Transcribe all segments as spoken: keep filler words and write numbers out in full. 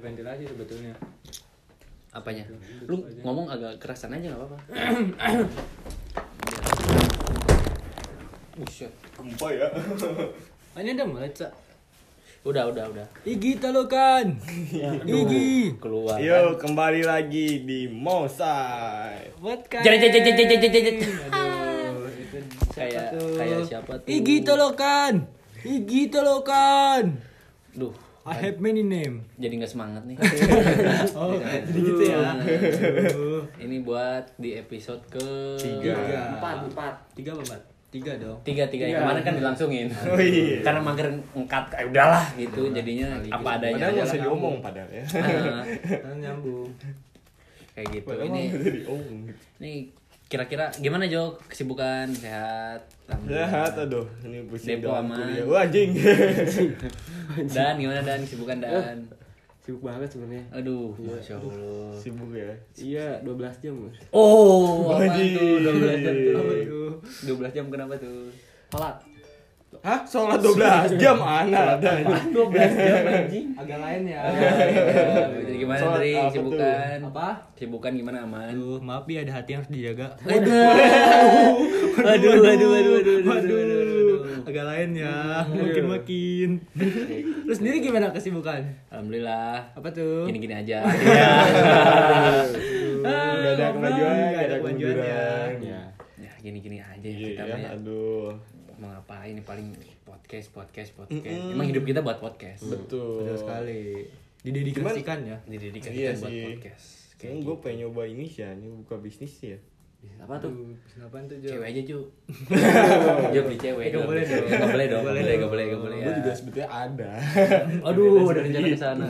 ventilasi sebetulnya. Apanya? Lu ngomong agak kerasan aja enggak apa-apa. Buset, gempa ya. Ini udah mulai, Cak. Udah, udah, udah. Igi telukan. Igi. Keluar. Yuk kembali lagi di Mosai. Podcast. Jadi jadi jadi jadi jadi. Aduh, itu Kayak kayak siapa tuh? Igi telukan. Igi telukan. Duh, I have many name. jadi nggak semangat nih. Oh, jadi gitu ya. Ini buat di episode ke Tiga. Empat, empat. Tiga apa empat? Tiga dong. tiga tiga yang kemarin kan dilangsungin. Oh iya. Karena mager ngkat, eh, udahlah gitu. Jadinya apa adanya Padahal aja nggak usah lah. diomong padahal ya. Nah, Kan nyambung. kayak gitu. Padahal Ini nggak usah diomong. ini kira-kira gimana Jo? Kesibukan, sehat? Alhamdulillah. Sehat aduh, ini pusing Depo dalam aman. kuliah. Wah anjing. Dan gimana Dan kesibukan Dan? Sibuk banget sebenarnya. Aduh, Masya Allah. Sibuk ya. Iya, dua belas jam, Mas. Oh, apa Wajib. tuh? dua belas jam tuh. Apa tuh? dua belas jam kenapa tuh? Salat. Hah? Sholat dua belas jam mana ada. dua belas jam anjing. Agak lain ya. Jadi gimana Sholat Dri? apa Kesibukan? Apa? Kesibukan gimana aman? Aduh, maaf ya ada hati yang harus dijaga. Aduh, aduh, aduh, aduh, aduh, Waduh, agak lain ya. Makin makin. Terus sendiri gimana kesibukan? Alhamdulillah. Apa tuh? Gini-gini aja. Iya. Gak ada kemajuan, Nggak gak ada ada kemajuannya. kemunduran. Ya. Ya, gini-gini aja Iya kita ya, mah ya. aduh. Mau ngapain ini paling podcast, podcast, podcast. Emang hidup kita buat podcast. Betul. Betul sekali. Didedikasikan ya. Didedikasikan Iya buat sih. podcast. Kayaknya gue pengen nyoba ini sih ya, ini buka bisnis sih ya. Apa tuh? Apaan tuh, Jo? Cewek aja Ju. Jo beli cewek. Nggak boleh dong. Enggak boleh dong. Nggak Enggak boleh, enggak boleh, enggak boleh. Gue ya. juga sebetulnya ada. Aduh, ada rencana ke sana.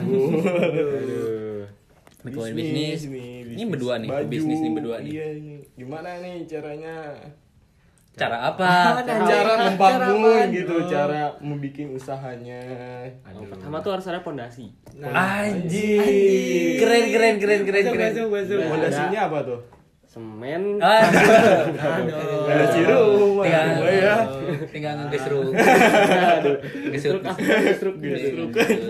Aduh. Bikin bisnis. nih, Ini berdua nih, baju. bisnis nih berdua nih. Iya ini. Gimana nih caranya? Cara apa? Cara membangun apa? gitu, Oh. cara membuat usahanya. Oh, pertama tuh harus ada pondasi. Anjing. Keren, keren, keren, keren, keren. Masuk, masuk, masuk. Fondasinya apa tuh? Semen. Aduh. Fondasi rumah. Tinggal, Oh ya. tinggal ngegesruk. Gesruk, Gesruk, gesruk.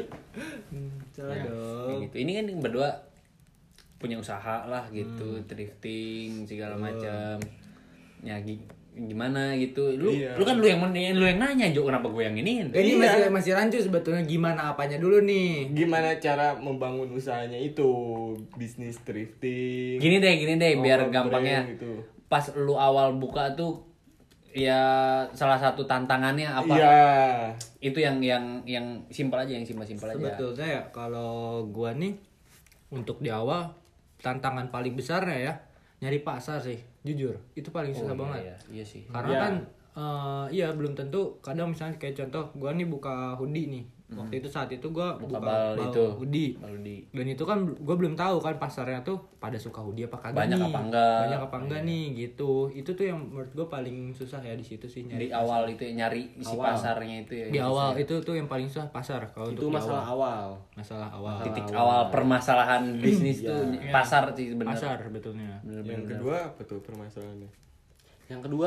Salah Ya, dong. kayak gitu. Ini kan yang berdua punya usaha lah gitu, thrifting segala macam. Ya gi- gimana gitu. Lu Iya. lu kan lu yang men- lu yang nanya, Jo, kenapa gue yang iniin? Eh, Ini Iya. masih masih rancu sebetulnya gimana apanya dulu nih. Gimana cara membangun usahanya itu? Bisnis thrifting. Gini deh, gini deh biar Oh, gampangnya. brand gitu. Pas lu awal buka tuh ya salah satu tantangannya apa? Iya. Itu yang yang yang simpel aja, yang simpel-simpel aja. Sebetulnya ya kalau gua nih untuk di awal tantangan paling besarnya ya nyari pasar sih, jujur itu paling susah Oh, iya, banget. iya, iya sih. Karena Iya. kan eh, iya belum tentu, kadang misalnya kayak contoh gua nih buka hoodie nih. Waktu itu saat itu gua Buka buka, bal bal itu. hoodie. Kalau di Dan itu kan gua belum tahu kan pasarnya tuh pada suka hoodie apa kagak Banyak nih. apa enggak. Banyak apa enggak nih gitu. Itu tuh yang menurut gua paling susah ya di situ sih di nyari. awal itu ya, nyari isi Awal. pasarnya itu ya. Di yang awal susah. itu tuh yang paling susah pasar kalau Itu untuk di masalah awal. awal. Masalah awal. titik awal. awal permasalahan bisnis tuh Iya. pasar sih sebenarnya. Pasar betulnya. Bener-bener. Yang kedua apa tuh permasalahannya? Yang kedua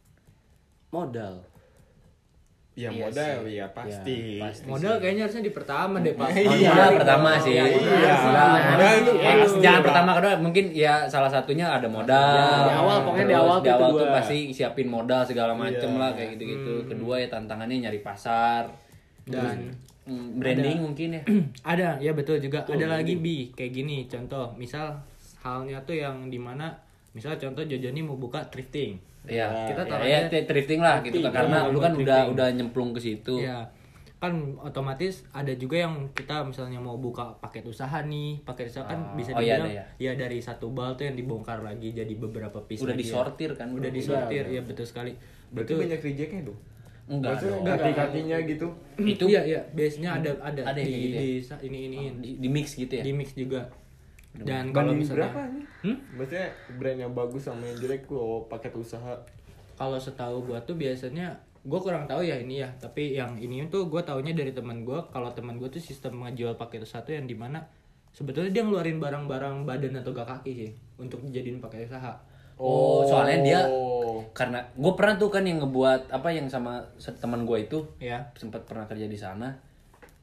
modal. Ya Iya modal sih. ya pasti. Ya, pasti. Modal kayaknya harusnya di pertama deh Pak. Iya. Modal pertama sih. Iya. Modal. Modal itu Eh, perlu. jangan pertama kedua, mungkin ya salah satunya ada modal. Ya, di awal, pokoknya di Terus awal di tuh awal kedua. tuh pasti siapin modal segala macem Iya. lah kayak gitu-gitu. Kedua ya tantangannya nyari pasar. Dan Hmm, branding mungkin ya. ada ya betul juga. Ada lagi bi kayak gini contoh. Misal halnya tuh yang dimana misal contoh Jojo nih mau buka thrifting. Iya, Kita kita taruh ya, aja thrifting lah gitu kan, karena lu kan Thrifting. udah udah nyemplung ke situ. Ya kan otomatis ada juga yang kita misalnya mau buka paket usaha nih, paket usaha kan bisa oh iya dibilang ada ya. dari satu bal tuh yang dibongkar lagi jadi beberapa piece Udah lagi ya. disortir kan, udah bro. disortir ya betul sekali. Berarti Betul. banyak rejectnya tuh. Enggak Maksudnya dong. kaki-kakinya gitu. Itu iya iya biasanya ada ada, Ada di, yang gitu ya? di sa- ini ini di, di mix gitu ya. di mix juga. Dan kalau Banding misalnya berapa nih? Hmm? Maksudnya brand yang bagus sama yang jelek tuh oh, paket usaha. kalau setahu gua tuh biasanya gua kurang tahu ya ini ya, tapi yang ini tuh gua taunya dari teman gua. Kalau teman gua tuh sistem ngejual paket usaha tuh yang dimana sebetulnya dia ngeluarin barang-barang badan atau gak kaki sih untuk dijadiin paket usaha. Oh, soalnya dia karena gue pernah tuh kan yang ngebuat apa yang sama se- teman gue itu Ya. sempat pernah kerja di sana.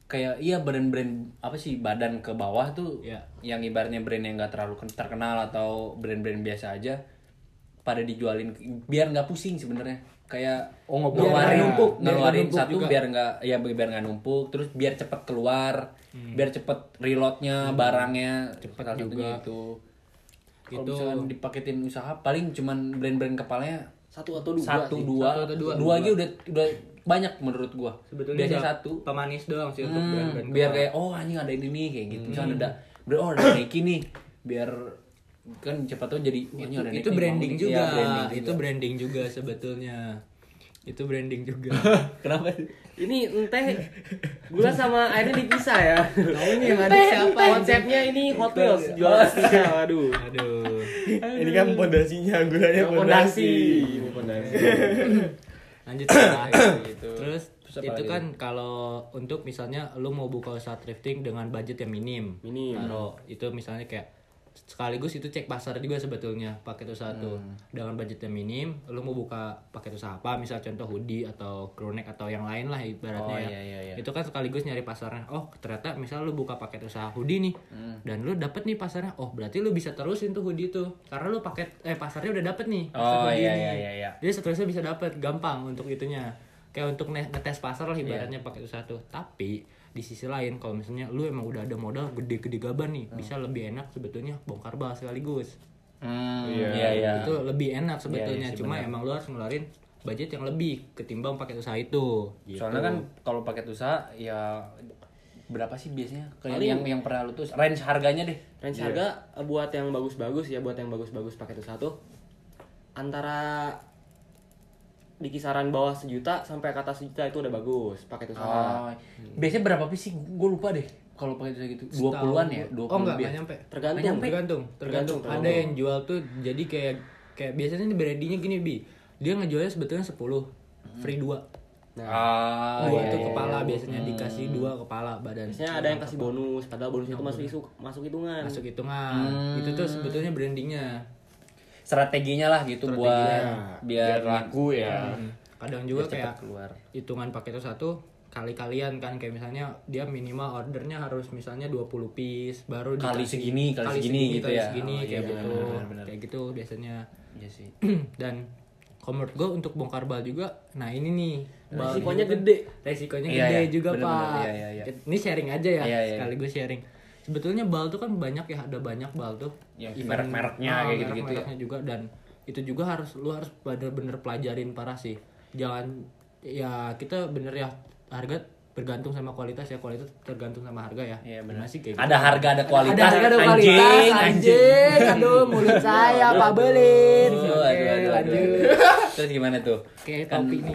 kayak iya brand-brand apa sih badan ke bawah tuh Ya. yang ibaratnya brand yang nggak terlalu ken- terkenal atau brand-brand biasa aja pada dijualin biar nggak pusing sebenarnya kayak Oh, nggak Biar nggak ngeluarin numpuk, biar nggak ngeluarin numpuk satu juga. biar nggak ya biar nggak numpuk terus biar cepet keluar biar cepet reloadnya barangnya Cepet salah satunya juga. itu kalau Gitu. misalkan dipaketin usaha paling cuman brand-brand kepalanya Satu atau dua satu sih. dua Satu atau dua. dua aja udah udah banyak menurut gua Sebetulnya biasanya udah satu pemanis doang sih untuk Hmm, brand-brand biar kepala. kayak oh anjing ada ini nih kayak gitu misalnya ada brand oh ada Nike nih biar kan siapa tahu jadi oh, ini itu, ada Nike itu nih, branding mau nih. juga. Iya, branding itu juga. branding juga sebetulnya itu branding juga. Kenapa sih? Ini teh gula sama airnya dipisah ya. Tahu nih yang ada Teh, siapa konsepnya ini Hot Wheels jual pisah, waduh. aduh Ini kan pondasinya, gulanya Yang pondasi. pondasi. Ini pondasi. lanjut lah. Gitu. Terus Terus apa itu lagi? kan kalau untuk misalnya lu mau buka usaha thrifting dengan budget yang minim Minim. taruh itu misalnya kayak sekaligus itu cek pasar juga sebetulnya paket usaha tuh Hmm. dengan budget yang minim lu mau buka paket usaha apa misal contoh hoodie atau crew neck atau yang lain lah ibaratnya Oh, ya iya, iya, iya. itu kan sekaligus nyari pasarnya oh ternyata misal lu buka paket usaha hoodie nih Hmm. dan lu dapet nih pasarnya oh berarti lu bisa terusin tuh hoodie tuh karena lu paket eh pasarnya udah dapet nih pasar Oh hoodie iya nih. iya iya iya. Jadi seterusnya bisa dapet gampang untuk itunya kayak untuk ne- ngetes pasar lah ibaratnya pakai usaha tuh tapi di sisi lain kalau misalnya lu emang udah ada modal gede-gede gaban nih bisa lebih enak sebetulnya bongkar bal sekaligus Hmm, Iya. iya iya. itu lebih enak sebetulnya Iya, iya sih, cuma benar. emang lu harus ngeluarin budget yang lebih ketimbang pakai usaha itu gitu. Soalnya kan kalau paket usaha ya berapa sih biasanya? Kayak Paling- yang yang pernah lu tuh range harganya deh. Range harga eh, buat yang bagus-bagus ya, buat yang bagus-bagus pakai itu satu antara di kisaran bawah sejuta sampai ke atas sejuta itu udah bagus pakai itu Oh. usaha. Biasanya berapa sih? Gue lupa deh. Kalau pakai usaha gitu. dua puluhan ya? dua puluh oh enggak lebih. enggak nyampe Tergantung. Nggak nyampe. tergantung Tergantung, tergantung ada tergantung. yang jual tuh jadi kayak kayak biasanya nih brandingnya gini bi dia ngejualnya sebetulnya sepuluh free dua Ah, dua iya, tuh iya, kepala iya. biasanya dikasih dua kepala badan Biasanya ada yang kasih bonus padahal bonus itu masuk isu masuk hitungan. masuk hitungan itu tuh sebetulnya brandingnya Strateginya lah gitu buat Biar biar laku ya. Hmm. kadang juga cepet kayak keluar. hitungan paket itu satu kali-kalian kan kayak misalnya dia minimal ordernya harus misalnya dua puluh piece baru Kali dikasih- segini, kali segini gitu kali ya. segini Oh, iya, kayak benar, gitu benar, benar. kayak gitu biasanya Iya sih. dan kalau menurut gue untuk bongkar bal juga nah ini nih bal Resikonya juga kan gede. resikonya Iya, gede iya. juga Bener-bener, pak iya, iya, iya. ini sharing aja ya Iya, iya. sekaligus sharing sebetulnya bal tuh kan banyak ya ada banyak bal tuh Yang Event- merek-mereknya ah, kayak gitu-gitu ya. merek-mereknya juga dan itu juga harus lu harus bener-bener pelajarin parah sih jangan ya kita bener ya harga bergantung sama kualitas ya kualitas tergantung sama harga ya Iya benar. Gimana sih kayak Ada gitu? harga ada kualitas. ada harga ada anjing, kualitas anjing aduh mulut saya pak belin Aduh, oke aduh, aduh, aduh, lanjut aduh. Terus gimana tuh? kayak topi nih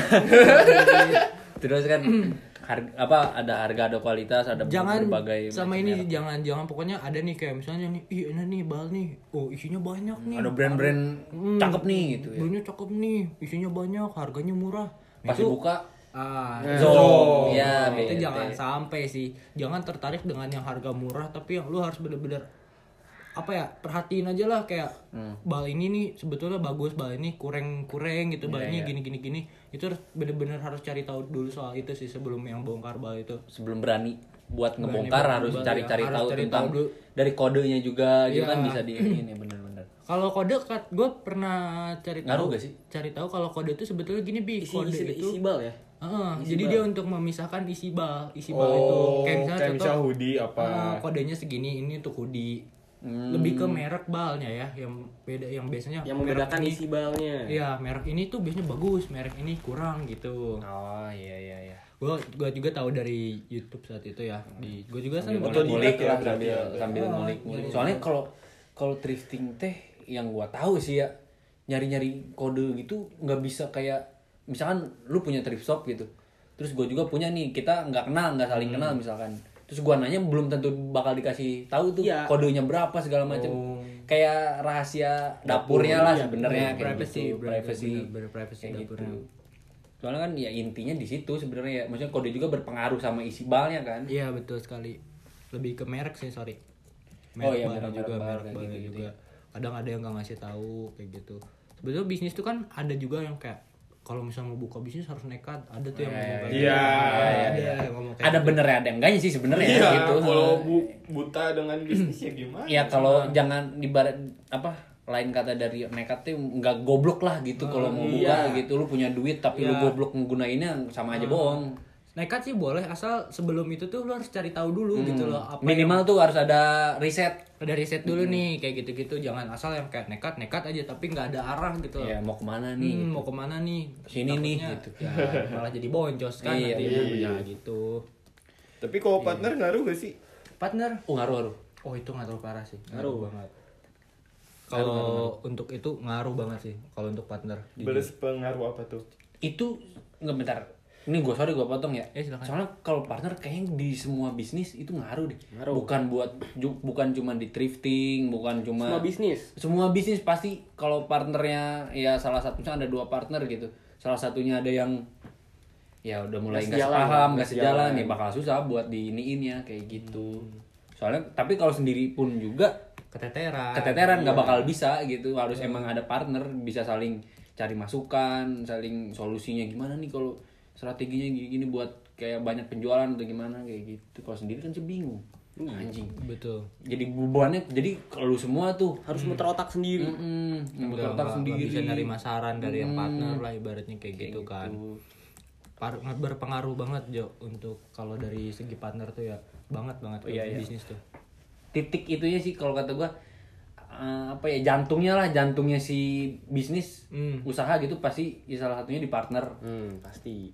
Terus kan harga apa ada harga ada kualitas ada jangan berbagai sama macam ini merek. jangan jangan pokoknya ada nih kayak misalnya nih ih ini nih bal nih oh isinya banyak nih ada brand-brand Hmm, cakep nih gitu ya. brandnya cakep nih isinya banyak harganya murah Pas Itu- dibuka ah Zong. Ya, itu bete. jangan sampai sih jangan tertarik dengan yang harga murah tapi yang lu harus bener-bener apa ya perhatiin aja lah kayak Hmm. bal ini nih sebetulnya bagus bal ini kurang-kurang gitu bal Iya, ini iya. gini gini gini itu harus bener-bener harus cari tahu dulu soal itu sih sebelum yang bongkar bal itu sebelum berani buat Berani ngebongkar buat harus ngebongkar, cari-cari ya. Harus tahu cari tentang tahu dulu. dari kodenya juga gitu Iya. kan bisa di ini bener-bener. kalau kode gue pernah cari tahu Ngaruh gak sih? cari tahu kalau kode itu sebetulnya gini bi Isi kode isi, itu isi bal ya. Heeh, Isi jadi bal. dia untuk memisahkan isi bal isi bal itu Oh, kayak misalnya kayak contoh misal hoodie apa. ah, kodenya segini ini untuk hoodie Hmm. lebih ke merek balnya ya yang beda yang biasanya Yang merek membedakan ini- isi balnya. iya merek ini tuh biasanya bagus merek ini kurang gitu Oh iya iya iya. gua gua juga tahu dari YouTube saat itu ya di gua juga kan Sambil ngulik ya, lah berarti sambil ya. sambil Oh, ngulik iya, iya. soalnya kalau kalau thrifting teh yang gua tahu sih ya nyari-nyari kode gitu nggak bisa kayak misalkan lu punya thrift shop gitu terus gua juga punya nih kita nggak kenal nggak saling kenal misalkan terus gua nanya belum tentu bakal dikasih tahu tuh Iya. kodenya berapa segala macam Oh. kayak rahasia dapurnya lah Iya, sebenarnya bener, kayak privacy, gitu bener, privacy bener, bener, privacy kayak gitu dapurnya. soalnya kan ya intinya di situ sebenarnya ya maksudnya kode juga berpengaruh sama isi balnya kan. iya betul sekali lebih ke merek sih sorry Oh, iya, barang merek-merek juga barang merek kayak barang gitu-gitu juga kadang ada yang nggak ngasih tahu kayak gitu sebetulnya bisnis tuh kan ada juga yang kayak kalau misalnya mau buka bisnis harus nekat. Ada tuh yang ngomong kayak Iya, gitu. iya, Ada iya. yang ngomong kayak Ada gitu. benernya ada enggaknya sih sebenarnya Iya, gitu. kalau bu- buta dengan bisnis ya gimana? Ya kalau jangan ibarat apa lain kata dari nekat tuh nggak goblok lah gitu kalau mau buka iya. gitu lu punya duit tapi lu Iya. goblok menggunainnya sama aja bohong. Nekat sih boleh asal sebelum itu tuh lu harus cari tahu dulu gitu loh apa Minimal tuh harus ada riset. yang, ada riset dulu nih kayak gitu-gitu, jangan asal yang kayak nekat nekat aja tapi nggak ada arah gitu loh. Ya mau kemana nih? Hmm, mau kemana nih? Sini nih, Takutnya, gitu. Ya, malah jadi boncos kan Iya, nanti. iya. Ya gitu. Tapi kalau partner ngaruh gak sih? Partner. Oh ngaruh ngaruh. Oh itu ngaruh parah sih. Ngaruh. banget. Kalau untuk itu ngaruh banget sih kalau untuk partner. jujur. Berpengaruh apa tuh? Itu nggak bentar. Ini gue sorry gue potong ya. Eh, silakan. Soalnya kalau partner kayaknya di semua bisnis itu ngaruh deh. Ngaruh. Bukan buat ju- bukan cuma di thrifting, bukan cuma Semua bisnis. Semua bisnis pasti kalau partnernya ya salah satunya ada dua partner gitu. Salah satunya ada yang ya udah mulai Nggak nggak sejalan, paham, nggak nggak sejalan sejalan. nih bakal susah buat diiniinnya kayak gitu. Soalnya tapi kalau sendiri pun juga Keteteran. keteteran nggak bakal bisa gitu, harus emang ada partner bisa saling cari masukan, saling solusinya gimana nih kalau strateginya gini-gini buat kayak banyak penjualan atau gimana kayak gitu. Kalau sendiri kan sih bingung anjing, Betul. jadi bebannya jadi kalau semua tuh Harus muter otak sendiri. mm Nggak, otak nggak- sendiri nggak bisa nerima saran dari yang Hmm. partner lah ibaratnya kayak, gitu kan. Par- berpengaruh banget Jo untuk kalau dari segi partner tuh ya banget banget ke iya, iya. bisnis tuh. Titik itunya sih kalau kata gua eh, apa ya jantungnya lah jantungnya si bisnis Hmm. usaha gitu pasti ya salah satunya di partner. Hmm, pasti.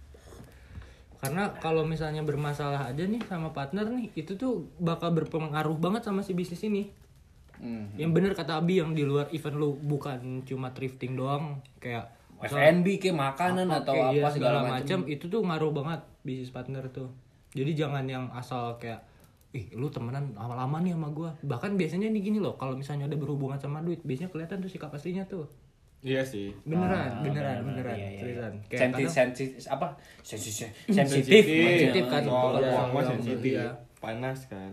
Karena kalau misalnya bermasalah aja nih sama partner nih, itu tuh bakal berpengaruh banget sama si bisnis ini. Hmm. Yang bener kata Abi, yang di luar event lu bukan cuma thrifting doang, kayak F and B kayak makanan atau kayak apa iya, segala macam. macam, itu tuh ngaruh banget bisnis partner tuh. Jadi jangan yang asal kayak ih lu temenan lama-lama nih sama gua. Bahkan biasanya nih gini loh, kalau misalnya ada berhubungan sama duit, biasanya kelihatan tuh sikap aslinya tuh. Iya sih. Beneran, Ah, beneran, bener-bener, beneran, iya, iya, seriusan. iya. Kayak Sensi, kadang- sensi, apa? Sensi, sensitif, sensitif kan. Soal Iya, uang mah iya, sensitif. iya. Panas kan.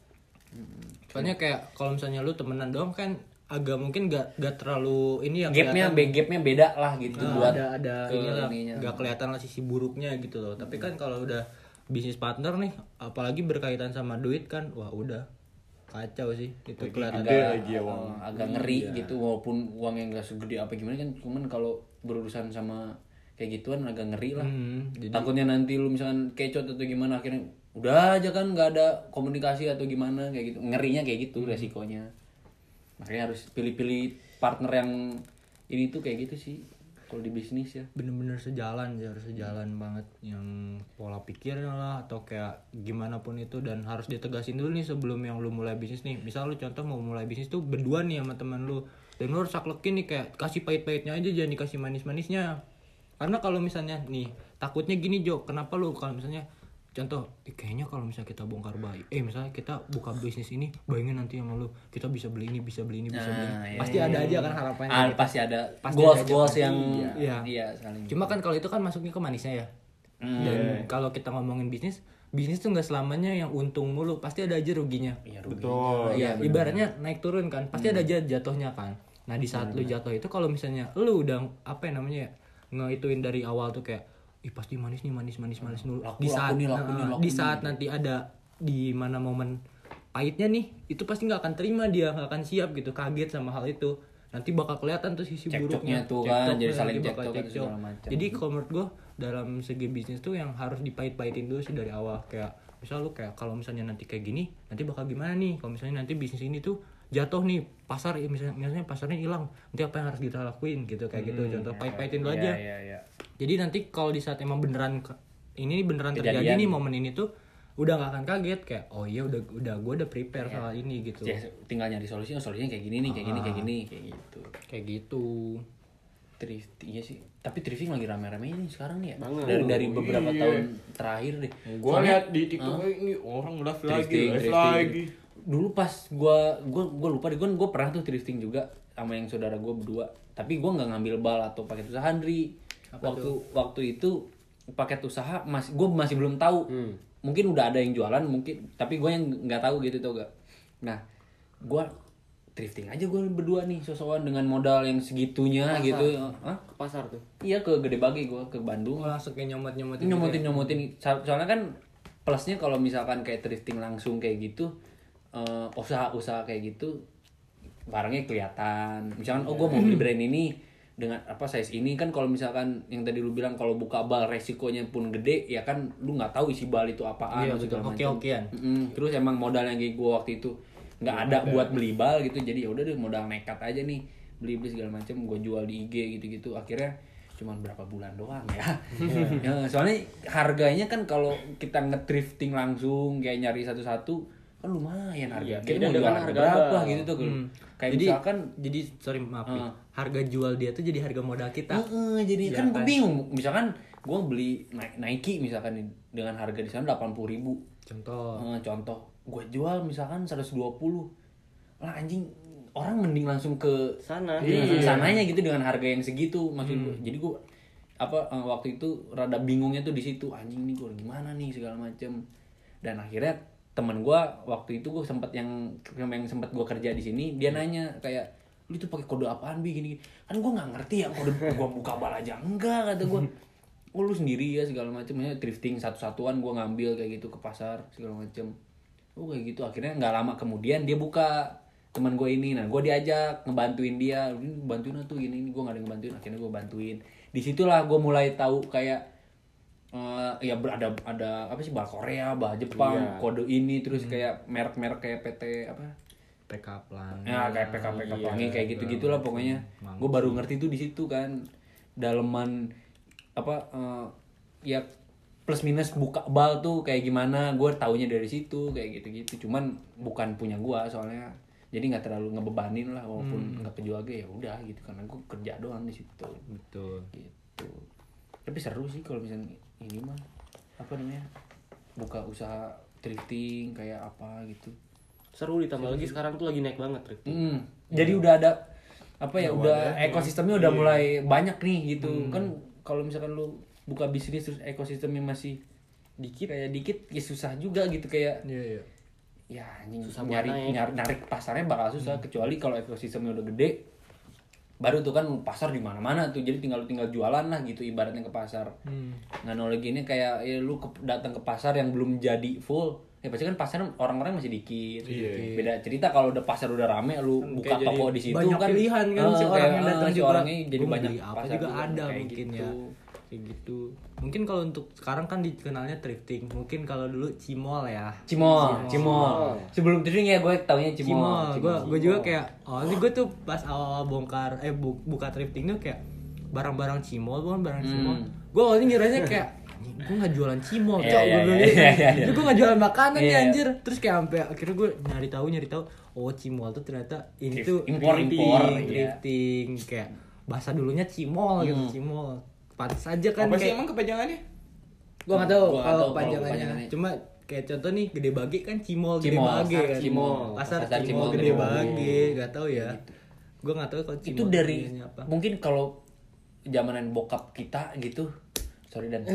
Soalnya kayak kalau misalnya lu temenan doang kan agak mungkin gak, gak terlalu ini yang gapnya, be- gapnya beda lah gitu Nah, buat ada ada ke inilah ininya. nggak kelihatan lah sisi buruknya gitu loh. Tapi kan kalau udah bisnis partner nih, apalagi berkaitan sama duit kan, wah udah kacau sih itu kelihatan. Gede agak, lagi ya uang. eh, agak ngeri gitu walaupun uang yang gak segede apa gimana kan cuman kalau berurusan sama kayak gituan agak ngeri lah. Hmm, jadi Takutnya nanti lu misalkan kecot atau gimana akhirnya udah aja kan nggak ada komunikasi atau gimana kayak gitu, ngerinya kayak gitu resikonya. Makanya harus pilih-pilih partner yang ini tuh kayak gitu sih kalau di bisnis ya. bener-bener sejalan sih, harus sejalan banget yang pola pikirnya lah atau kayak gimana pun itu, dan harus ditegasin dulu nih sebelum yang lu mulai bisnis nih. Misal lu contoh mau mulai bisnis tuh berdua nih sama teman lu, dan lu harus saklekin nih kayak kasih pahit-pahitnya aja, jangan dikasih manis-manisnya. Karena kalau misalnya nih takutnya gini Jo, kenapa lu kalau misalnya contoh eh, kayaknya kalau misalnya kita bongkar bayi eh misalnya kita buka bisnis ini bayangin nanti sama lu kita bisa beli ini bisa beli ini bisa beli ini. Nah, iya, Pasti iya, ada iya. aja kan harapannya Ah, gitu. pasti ada Pasti goals ada aja goals pasti. yang Iya. iya saling. Cuma kan kalau itu kan masuknya ke manisnya ya. Hmm. Dan kalau kita ngomongin bisnis, bisnis tuh nggak selamanya yang untung mulu, pasti ada aja ruginya. Iya, rugi. Betul. Ya, ibaratnya naik turun kan, pasti ada aja jatuhnya kan. Nah di saat lu jatuh itu kalau misalnya lu udah apa ya namanya ya ngehituin dari awal tuh kayak, ih pasti manis nih manis manis manis dulu. Laku, Di saat laku nih, laku nih, nah, laku di nih. saat nanti ada di mana momen pahitnya nih, itu pasti nggak akan terima dia, nggak akan siap gitu, kaget sama hal itu. Nanti bakal kelihatan tuh sisi Cekcoknya buruknya tuh kan, jadi Cekcoknya, saling nanti bakal cekcok atau cekcok. segala macam. Jadi kalau menurut gue dalam segi bisnis tuh yang harus dipahit-pahitin dulu sih dari awal. Kayak misal lu kayak kalau misalnya nanti kayak gini nanti bakal gimana nih kalau misalnya nanti bisnis ini tuh jatuh nih, pasar ya misalnya, misalnya pasarnya hilang, nanti apa yang harus kita lakuin gitu kayak gitu. Contoh pahit-pahitin dulu aja. Iya, iya. Jadi nanti kalau di saat emang beneran ke- ini beneran Kejadian. terjadi nih momen ini tuh udah nggak akan kaget kayak oh iya udah udah gue udah prepare soal ini gitu. Ya, tinggal nyari solusinya, solusinya kayak gini nih, kayak gini, kayak gini, kayak gitu. Kayak gitu. Thrifting iya sih. Tapi thrifting lagi rame-rame ini sekarang nih ya. Banget. Dari dari beberapa Iya. tahun terakhir deh. Gue Soalnya, lihat di TikTok ini orang live lagi, Thrifting, live thrifting. lagi. Dulu pas gua gua gua lupa deh, gua gua pernah tuh thrifting juga sama yang saudara gua berdua. Tapi gua nggak ngambil bal atau paket usaha Andri. Waktu waktu itu paket usaha masih gua masih belum tahu. Hmm. Mungkin udah ada yang jualan, mungkin tapi gua yang nggak tahu gitu tuh gak. Nah, gua thrifting aja gue berdua nih sosokan dengan modal yang segitunya Pasar. gitu. Hah? Ke pasar tuh. Iya ke Gede Bage gue ke Bandung. Oh, langsung kayak nyomot-nyomotin. Nyomotin nyomotin So- soalnya kan plusnya kalau misalkan kayak thrifting langsung kayak gitu eh, usaha-usaha kayak gitu barangnya kelihatan. Misalkan oh gue mau beli brand ini dengan apa size ini kan kalau misalkan yang tadi lu bilang kalau buka bal resikonya pun gede ya kan lu nggak tahu isi bal itu apaan Iya, atau betul. segala macam. Oke-okean. Mm-mm. Terus emang modalnya kayak gue waktu itu nggak ada buat beli bal gitu jadi ya udah deh modal nekat aja nih beli beli segala macam gue jual di I G gitu-gitu akhirnya cuman berapa bulan doang ya. Ya, soalnya harganya kan kalau kita nge-thrifting langsung kayak nyari satu-satu kan lumayan harga. Iya, Kita beda mau jual dengan harga harga berapa bal. gitu tuh. Hmm. Kayak jadi, misalkan jadi sorry maaf nih. Ah. Harga jual dia tuh jadi harga modal kita. Heeh, jadi Iya kan gue kan? bingung. Misalkan gue beli Ni- Nike misalkan nih, dengan harga di sana delapan puluh ribu. Contoh. Eh, contoh, gue jual misalkan seratus dua puluh. Lah anjing orang mending langsung ke Sana. langsung Iya. sananya gitu dengan harga yang segitu maksud Hmm. gue. Jadi gue apa eh, waktu itu rada bingungnya tuh di situ anjing nih gue gimana nih segala macem. Dan akhirnya teman gue waktu itu gue sempat yang yang sempat gue kerja di sini dia nanya kayak lu itu pakai kode apaan bi gini, kan gue nggak ngerti ya kode gue buka bal aja enggak kata gue. Oh lu sendiri ya segala macem, maksudnya thrifting satu-satuan gue ngambil kayak gitu ke pasar segala macem. Oh kayak gitu akhirnya nggak lama kemudian dia buka teman gue ini, nah gue diajak ngebantuin dia, ini bantuin tuh gini ini gue nggak ada yang ngebantuin akhirnya gue bantuin. Disitulah gue mulai tahu kayak eh ya ber- ada ada apa sih bah Korea, bah Jepang, Iya. kode ini terus kayak merek-merek kayak P T apa? P K Pelangi. Ya kayak P K P K Iya, Pelangi kayak gitu-gitulah pokoknya. Gue baru ngerti tuh di situ kan. Daleman apa eh, ya plus minus buka bal tuh kayak gimana, gue taunya dari situ kayak gitu-gitu. Cuman bukan punya gue soalnya. Jadi nggak terlalu ngebebanin lah walaupun nggak kejual ya udah gitu karena gue kerja doang di situ. Betul. Gitu. Tapi seru sih kalau misalnya ini mah apa namanya? Buka usaha thrifting kayak apa gitu. Seru ditambah lagi sekarang tuh lagi naik banget thrifting. Hmm. Jadi udah ada apa ya udah ekosistemnya udah mulai banyak nih gitu. Kan kalau misalkan lu buka bisnis terus ekosistemnya masih dikit kayak dikit ya susah juga gitu kayak Iya, iya. ya anjing Susah nyari buat naik. nyari narik pasarnya bakal susah kecuali kalau ekosistemnya udah gede baru tuh kan pasar di mana-mana tuh jadi tinggal tinggal jualan lah gitu ibaratnya ke pasar. Hmm. Nah analogi ini kayak ya lu ke, datang ke pasar yang belum jadi full ya pasti kan pasar orang-orang masih dikit. Iya. Beda cerita kalau udah pasar udah rame lu buka kayak toko jadi di situ banyak kan pilihan kan si eh, orang kayak, yang eh, datang si juga. orangnya jadi Gua banyak beli apa pasar juga ada kayak mungkin gitu. ya. Kayak gitu. Mungkin kalau untuk sekarang kan dikenalnya thrifting. Mungkin kalau dulu cimol ya. Cimol, cimol. Sebelum thrifting ya gue taunya cimol. Cimol. Gue gue juga kayak awalnya gue tuh pas awal bongkar eh bu- buka thrifting tuh kayak barang-barang cimol bukan barang Hmm. cimol. Gue awalnya ngiranya kayak gue nggak jualan cimol, Iya, cok. iya, Gue bilang iya, gitu. iya, iya. Jadi gue nggak jualan makanan Iya, nih iya. anjir. Terus kayak sampai akhirnya gue nyari tahu nyari tahu. Oh cimol tuh ternyata ini Thrift- tuh impor, thrifting, impor, iya. thrifting kayak bahasa dulunya cimol Hmm. gitu cimol. Pantes aja kan Apa sih kayak emang kepanjangannya? gue nggak tahu Gua nggak tahu kalau kalau panjangannya. kepanjangannya. Cuma kayak contoh nih Gede Bage kan cimol, Gede Cimol, Bage pasar kan. Cimol. Pasar, Pasar cimol, Cimol, Gede Gede Bage, nggak tahu ya. Gue nggak tahu kalau cimol Itu dari artinya apa. mungkin kalau zamanan bokap kita gitu. Sorry dan.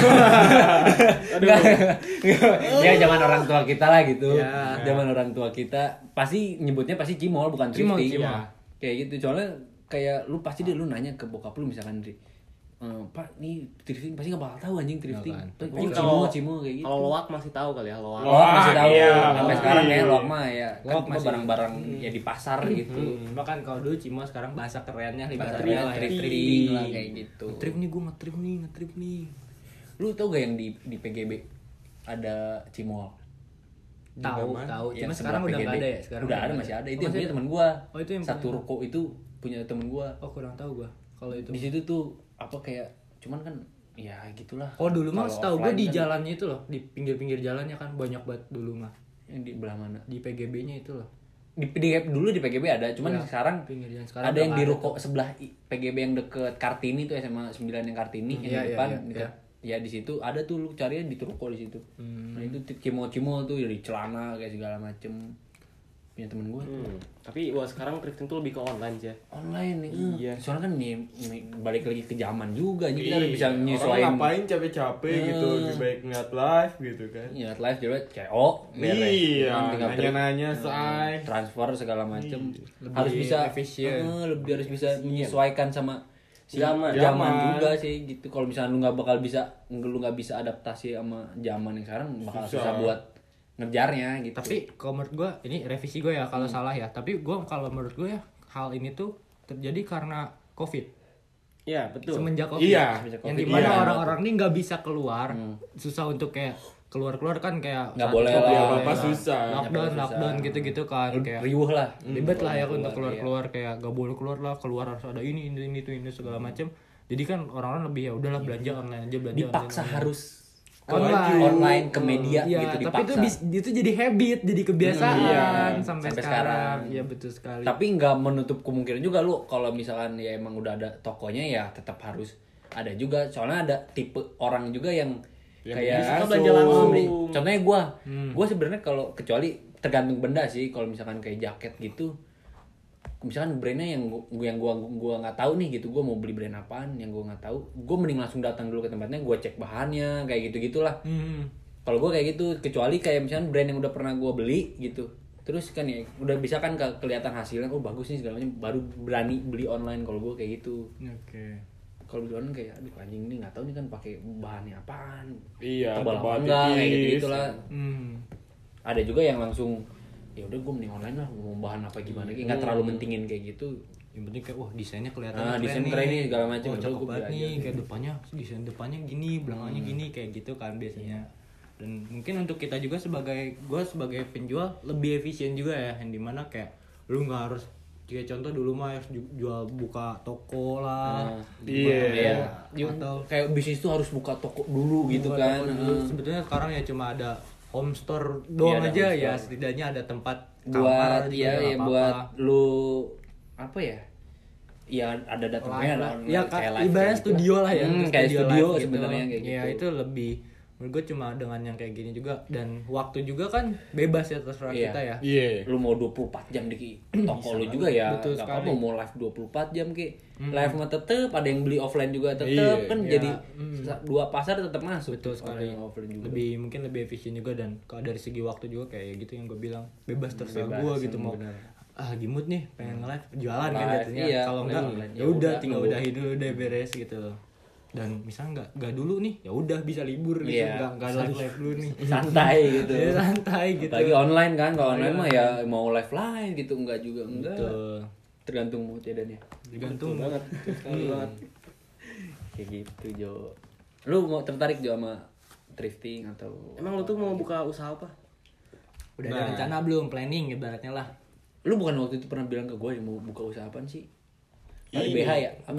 Ya zaman orang tua kita lah gitu. Ya. Zaman orang tua kita pasti nyebutnya pasti cimol bukan Cimol, thrifting. cimol. Kayak gitu. Soalnya kayak lu pasti deh lu nanya ke bokap lu misalkan Dri, "Eh, Pak, nih thrifting pasti nggak bakal tahu anjing thrifting. Nggak kan. Tuh, Mungkin oh, kalau cimol, cimol kayak gitu. Kalau loak masih tahu kali ya loak. Loak masih tahu. iya, Sampai loak. sekarang ya loak mah ya kan Loak cuma masih- barang-barang ya di pasar gitu. Hmm, bahkan kalau dulu cimol sekarang bahasa kerennya Bahasa ibaratnya kerennya lah, thrifting thrifting lah, kayak gitu. Ngetrip nih gue ngetrip nih, ngetrip nih. Lu tau gak yang di di P G B ada cimol? Tahu, mana? tahu. Yang Cuma sebelah sekarang udah P G B. nggak ada ya. Sekarang udah ada masih ada. Itu Oh, yang masih punya ada? teman gua. Oh, itu yang Satu punya. ruko itu punya temen gua. Oh kurang tahu gue kalau itu. Di situ tuh apa kayak cuman kan ya gitulah. Oh dulu mah Kalau setahu gue offline di kan jalannya itu loh, di pinggir-pinggir jalannya kan banyak banget dulu mah. yang di belah mana? Di P G B-nya itu loh. Di, di dulu di P G B ada, cuman Ya, sekarang pinggir jalan. Sekarang ada udah yang nggak di ada ruko sebelah i- P G B yang deket Kartini tuh S M A sembilan yang Kartini Hmm, yang iya, di iya, depan iya, dekat. Ya di situ ada tuh lu carinya di ruko di situ. Hmm. Nah itu cimol-cimol tuh dari celana kayak segala macem. punya temen gue. Hmm. Tapi wah sekarang thrifting tuh lebih ke online sih ya. Online nih. Iya. Soalnya kan nih, nih balik lagi ke zaman juga, jadi kita Iya, harus bisa orang menyesuaikan. ngapain capek-capek gitu, Hmm. lebih baik ngeliat live gitu kan. Ya live juga C O beres. Iya, Kan tinggal tri- nanya-nanya say. transfer segala macem. Lebih Harus bisa efisien. eh, lebih harus bisa menyesuaikan sama si Zaman. zaman Zaman. juga sih gitu. Kalau misalnya lu nggak bakal bisa lu nggak bisa adaptasi sama zaman yang sekarang, bakal susah, Susah. buat ngejarnya gitu. Tapi kalau menurut gue ini revisi gue ya kalau salah ya. Tapi gue kalau menurut gue ya hal ini tuh terjadi karena COVID. Iya, betul. Semenjak COVID. Iya, semenjak Yang COVID. dimana Iya. orang-orang ini nggak bisa keluar, susah untuk kayak keluar-keluar kan kayak Nggak saat boleh COVID lah, nggak apa-apa boleh susah. lockdown Susah. lockdown gitu-gitu kan kayak riuh lah. ribet lah ya Keluar, untuk iya. keluar-keluar kayak gak boleh keluar lah keluar harus ada ini ini ini itu ini segala macam. Jadi kan orang-orang lebih ya udahlah belanja online aja belanja Dipaksa online, online. harus Online. online ke media Iya, gitu, tapi itu dipaksa. bis- itu jadi habit, jadi kebiasaan Iya, sampai, sampai sekarang. sekarang. Iya betul sekali. Tapi nggak menutup kemungkinan juga lu kalau misalkan ya emang udah ada tokonya ya tetap harus ada juga. Soalnya ada tipe orang juga yang, Yang kayak suka belanja langsung. Oh, contohnya gua, Hmm. gua sebenarnya kalau kecuali tergantung benda sih. Kalau misalkan kayak jaket gitu, misalkan brandnya yang gua yang gua gua nggak tahu nih gitu, gua mau beli brand apaan yang gua nggak tahu, gua mending langsung datang dulu ke tempatnya, gua cek bahannya kayak gitu gitulah. Hmm. Kalau gue kayak gitu, kecuali kayak misalnya brand yang udah pernah gue beli gitu, terus kan ya udah bisa kan ke- kelihatan hasilnya, oh bagus nih segala macam, baru berani beli online. Kalau gue kayak gitu, Oke. kalau beli online kayak aduh anjing nih nggak tahu nih kan pakai bahannya apaan, Iya, tebal apa tebal enggak kayak gitu tipis. gitulah. Hmm. Ada juga yang langsung ya udah gue mending online lah, mau bahan apa gimana, kayak nggak terlalu mentingin kayak gitu. Yang penting kayak wah desainnya kelihatan Ah, desain keren nih, segala macam. Oh, Udah, cakep gua banget beli nih aja. kayak depannya desain depannya gini, belakangnya gini kayak gitu kan biasanya. Dan mungkin untuk kita juga sebagai gue sebagai penjual lebih efisien juga ya, yang dimana kayak lu nggak harus kayak contoh dulu mah harus ju- jual buka toko lah. Ah, iya. Iya. Atau Kayak bisnis tuh harus buka toko dulu gitu buka kan. toko dulu. Ah. Sebetulnya sekarang ya cuma ada home store doang Iya, ada aja home ya, store. setidaknya ada tempat Buat kamar juga ya, nggak ya apa-apa. buat lu apa ya? Ya ada datangnya Live lah. lah. Ya kayak kan live ibaratnya kayak studio gitu lah ya, Hmm, untuk kayak studio live gitu. sebenarnya kayak Ya gitu. itu lebih menurut gue cuma dengan yang kayak gini juga, dan waktu juga kan bebas ya terserah Iya. kita ya. Iya. Lu mau dua puluh empat jam di toko lu juga ya. Betul Gak sekali. apa-apa mau live dua puluh empat jam ki. Live mah tetep, ada yang beli offline juga tetep Iya, kan, iya. jadi sa- dua pasar tetap masuk. Betul sekali. Online, offline juga. Lebih mungkin lebih efisien juga, dan kalau dari segi waktu juga kayak gitu yang gue bilang bebas terserah Bebas, gue gitu, mau benar. ah lagi mood nih pengen nge-live jualan kan Live, jatuhnya. iya, Kalau enggak online. ya udah Ya tinggal udah, udahin dulu deh, beres gitu. Dan misalnya nggak nggak dulu nih ya udah bisa libur gitu, Iya. nggak nggak live live dulu nih. Santai gitu. Ya, santai gitu. Apalagi online kan, kalau online mah ya mau live live gitu, enggak juga enggak. Betul. Tergantung mood ya dan ya. Tergantung Betul banget, betul sekali banget. Kayak gitu Jo. Lu mau tertarik Jo sama thrifting atau Emang lu tuh mau buka usaha apa? Udah ada Nah. rencana belum, planning ibaratnya lah. lu bukan waktu itu pernah bilang ke gue mau buka usaha apaan sih? Kali Ini. B H ya? Apa?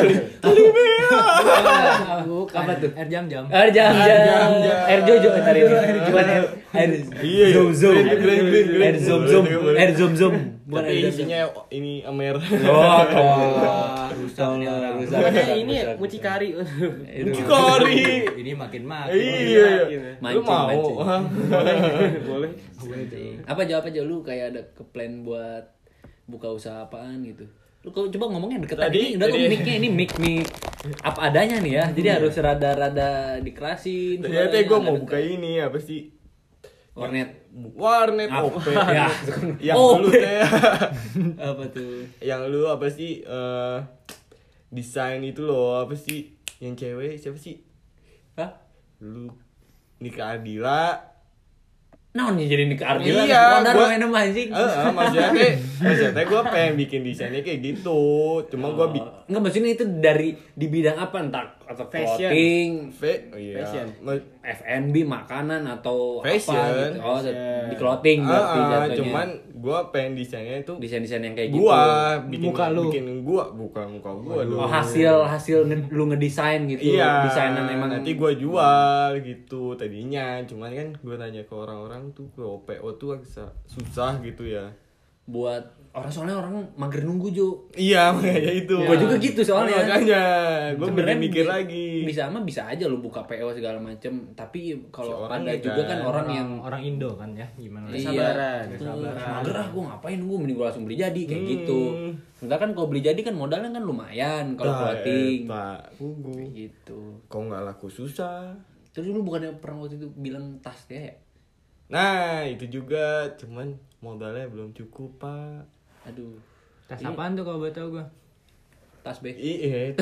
Bukan. Apa tuh? Air jam-jam. Air jam jam. jam, jam. Air jojo ntar ini. Bukan air air Iya, iya. zoom zoom. Green, green, green, green. Air zoom zoom. Boleh, boleh. Air zoom zoom. Bukan Tapi air jam. isinya ini Amer. Oh, Wah, rusak nih orang. rusak. Pokoknya ini ya rusak, mucikari. Mucikari. Ini makin makin. Iya. Lu Mancing, mau? mancing. Hah? Boleh. Apa jawab aja lu kayak ada ke plan buat buka usaha apaan gitu? Lu kok coba ngomongnya deketan Tadi- ini udah lu tadi- mic-nya ini mic mic apa adanya nih ya. Jadi harus rada-rada dikerasin. Ternyata suaranya gue agak mau dekat. buka ini apa sih? Warnet. Warnet Apa? O P. Ya. Yang O P. dulu teh. Apa tuh? Yang lu apa sih? eh desain itu loh, apa sih? Yang cewek siapa sih? Hah? Lu Nika Ardila. Nah, ini jadi nikah Ardila. Iya, Mondar gua- main sama anjing. Eh, eh, maksudnya teh, maksudnya teh gue pengen bikin desainnya kayak gitu. Cuma gue bikin Oh. Enggak, maksudnya itu dari di bidang apa entar atau Fashion. clothing, F, oh iya. Fashion. Ma- F and B, makanan atau Fashion. apa gitu. Oh, Fashion. di clothing berarti Ah, ah, jatuhnya. cuman gue pengen desainnya itu desain-desain yang kayak gitu. gua bikin Muka lu. bikin gua bukan muka gua dong. Oh, hasil hasil nge- lu ngedesain gitu. Iya, Desainan emang nanti gua jual gitu tadinya. Cuman kan gua tanya ke orang-orang tuh ke O P O tuh agak susah gitu ya. buat orang, soalnya orang mager nunggu Jo. Iya makanya itu. Gua juga gitu soalnya. Makanya gue Sebenarnya mikir bi- lagi. Bisa mah bisa aja lu buka P O segala macem. Tapi kalau Seorang ada kan. juga kan orang yang orang Indo kan ya, gimana? iya, Sabaran. tuh, mager ah gue ngapain nunggu, mending gue langsung beli jadi kayak Hmm. gitu. Sementara kan kalau beli jadi kan modalnya kan lumayan kalau Nah, clothing eh, Pak Gugu. kayak gitu. Kau nggak laku susah. Terus lu bukannya pernah waktu itu bilang tas ya? Nah itu juga, cuman modalnya belum cukup pak. Aduh, Tas apaan tuh kalau boleh tahu gua? tas B. Iya.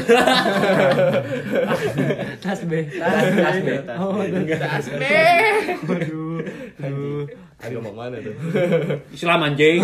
Tas B. Tas, tas, B, tas. Oh, tas B. Waduh. Aduh. Agak mau mana tuh? Islam anjing.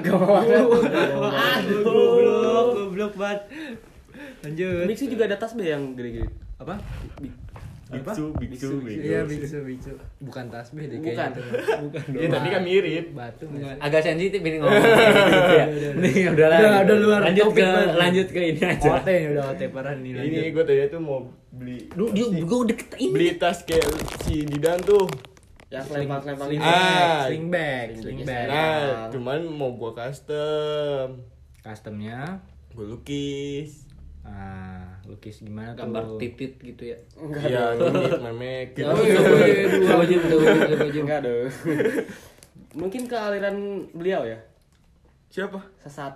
Aduh, goblok, goblok banget. Lanjut. Biksu juga ada tas B yang gede-gede. Apa? Biksu, biksu, biksu. Iya, biksu, biksu. Bukan tas B deh Bukan. kayaknya. Bukan Iya tapi kan mirip. Batu nggak sih? Agak sensitif ini ngomong. ya. Nih udah lah. Udah, udah luar lanjut topik ke banget. lanjut ke ini aja. Ote nih udah ote parah nih. Ini Lanjut. gue tadi tuh mau beli. Lu dia gue deket ini. Beli tas kayak si Didan tuh. Yang selempang-selempang Sling ini. Ah. bag, sling bag, sling bag. Nah, cuman mau gua custom. Customnya, Gue lukis. ah, lukis gimana tuh? Gambar titit gitu ya. Iya, gini memek gitu. Oh, dua wajib, dua wajib, dua wajib. Enggak dong. Mungkin ke aliran beliau ya. Siapa? Sesat.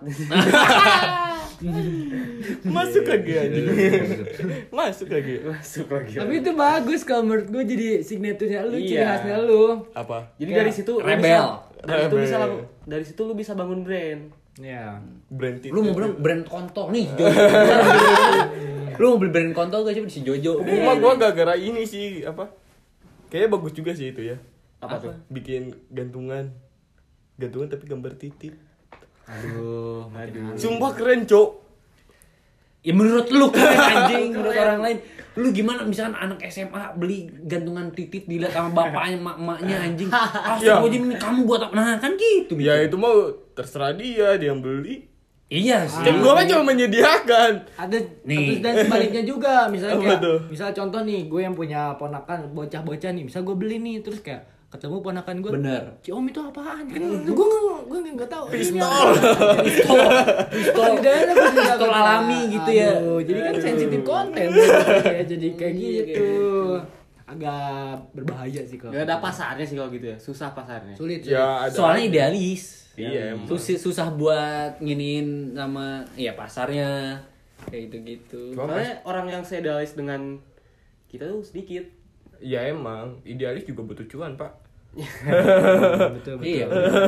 Masuk lagi aja. Masuk lagi. Masuk lagi. Tapi itu bagus kalau menurut gue jadi signaturnya lu, ciri Iya. khasnya lu. Apa? Jadi Kayak dari situ lu rebel. bisa, dari situ Rebel. bisa lang- dari situ lu bisa bangun brand. Ya. Brand Lu mau bilang brand kontol nih, Jojo. Lu mau beli brand kontol gak sih si Jojo? Cuma gua gara-gara ini sih apa? Kayaknya bagus juga sih itu ya. Apa, tuh? Bikin gantungan. Gantungan tapi gambar titik. Aduh, aduh. Sumpah keren, Cok. Ya menurut lu keren anjing, menurut orang lain. Lu gimana misalkan anak S M A beli gantungan titit dilihat sama bapaknya, mak-maknya anjing. Ah, Ya. aja ini kamu buat apa? Nah, kan gitu. Ya itu mau terserah dia, dia yang beli. Iya sih. Kan gua kan cuma menyediakan. Ada Nih. terus dan sebaliknya juga, misalnya Apa kayak, tuh? misal contoh nih, gue yang punya ponakan bocah-bocah nih, misal gue beli nih, terus kayak ketemu ponakan gue, Bener. Ci Om itu apaan? Kan gue nggak gue nggak tahu. Pistol. Pistol, pistol, Lidahnya gue tidak pistol tahu. alami gitu ya. Aduh, jadi kan sensitif konten, kayak jadi kayak gitu. Agak berbahaya sih kalau. Gak ada pasarnya sih kalau gitu ya. Susah pasarnya. Sulit. sulit. Ya ada. Soalnya idealis. Iya, emang. Susah, susah buat nginiin sama ya pasarnya kayak gitu-gitu. Soalnya orang yang seidealis dengan kita tuh sedikit. Ya emang, idealis juga butuh cuan, Pak. betul betul. Iya.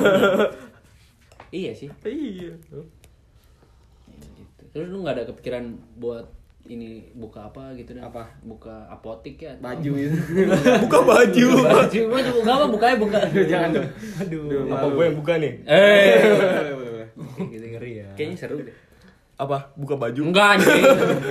Iya sih. Iya. Gitu. Terus lu nggak ada kepikiran buat ini buka apa gitu dah? Apa? Buka apotik ya? Baju itu. Buka baju. Baju, baju, nggak apa bukanya buka. Jangan dong. Aduh. Apa gue yang buka nih? Eh, Gitu ngeri ya. kayaknya seru deh. Apa? Buka baju? Enggak anjing.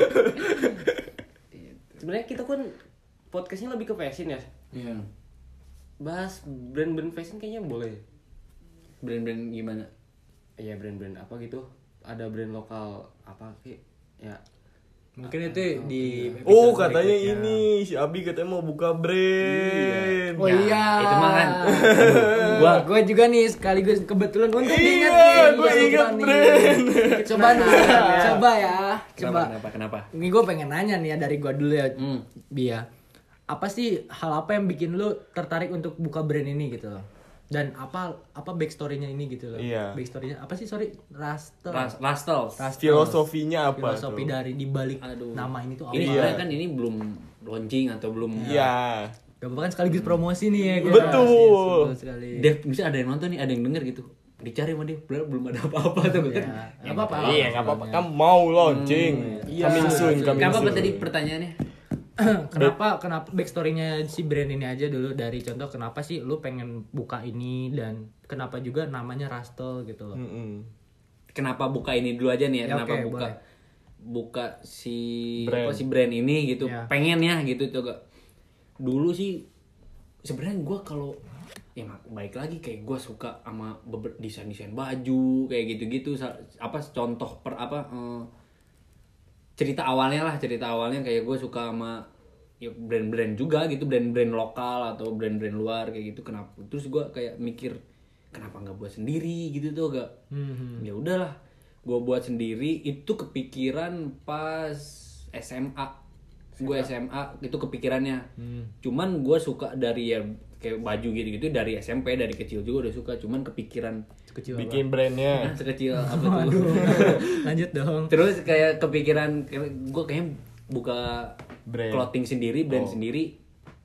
Sebenarnya kita kan podcastnya lebih ke fashion ya. Iya. Bahas brand-brand fashion kayaknya boleh. Brand-brand gimana? Iya brand-brand apa gitu. Ada brand lokal apa kayak ya. Mungkin itu di Oh, episode katanya berikutnya. ini si Abi katanya mau buka brand. Oh iya. Itu mah kan. Gua gua juga nih sekaligus kebetulan untuk Iya, ingat nih. gua Iya, ingat nih. brand. Coba nih, coba ya. Coba. Kenapa? Kenapa? Kenapa? Ini gue pengen nanya nih ya dari gua dulu ya, Hmm. Bia. Apa sih hal apa yang bikin lu tertarik untuk buka brand ini gitu loh? Dan apa apa backstory-nya ini gitu loh? Iya. Backstory-nya apa sih? Sorry, Rastel. Ras- Rastel. Rastel. Filosofinya apa Filosofi tuh? dari dibalik Aduh. nama ini tuh apa? Ini Iya. sebenarnya kan ini belum launching atau belum. Iya. Gak apa-apa kan sekaligus promosi nih ya. gua. Betul. Yes, betul sekali. Dev, misalnya ada yang nonton nih, ada yang denger gitu. Dicari sama dia, belum belum ada apa-apa tuh kan. Ya, nggak apa-apa. Iya, enggak apa-apa. Kan mau launching. Iya. Coming soon, coming Kenapa soon. tadi pertanyaannya? kenapa kenapa backstory-nya si brand ini aja dulu, dari contoh kenapa sih lu pengen buka ini dan kenapa juga namanya Rastel gitu loh. Mm-mm. Kenapa buka ini dulu aja nih ya? Ya, Kenapa oke, buka boleh. buka si Brand. apa si brand ini gitu? Ya. Pengen ya gitu tuh gak. Dulu sih sebenarnya gue kalau ya mak- baik lagi kayak gue suka sama beber- desain-desain baju kayak gitu-gitu. Sa- apa contoh per apa eh, cerita awalnya lah, cerita awalnya kayak gue suka sama ya brand-brand juga gitu, brand-brand lokal atau brand-brand luar kayak gitu. Kenapa? Terus gue kayak mikir kenapa nggak buat sendiri gitu tuh gak. Hmm. Ya udahlah, gue buat sendiri. Itu kepikiran pas S M A. Gue S M A itu kepikirannya. Hmm. Cuman gue suka dari ya kayak baju gitu-gitu dari S M P, dari kecil juga udah suka. Cuman kepikiran Kecil Bikin brandnya. nah, sekecil apa tuh. Lanjut dong. Terus kayak kepikiran gue kayaknya buka Brand. clothing sendiri, brand Oh. sendiri.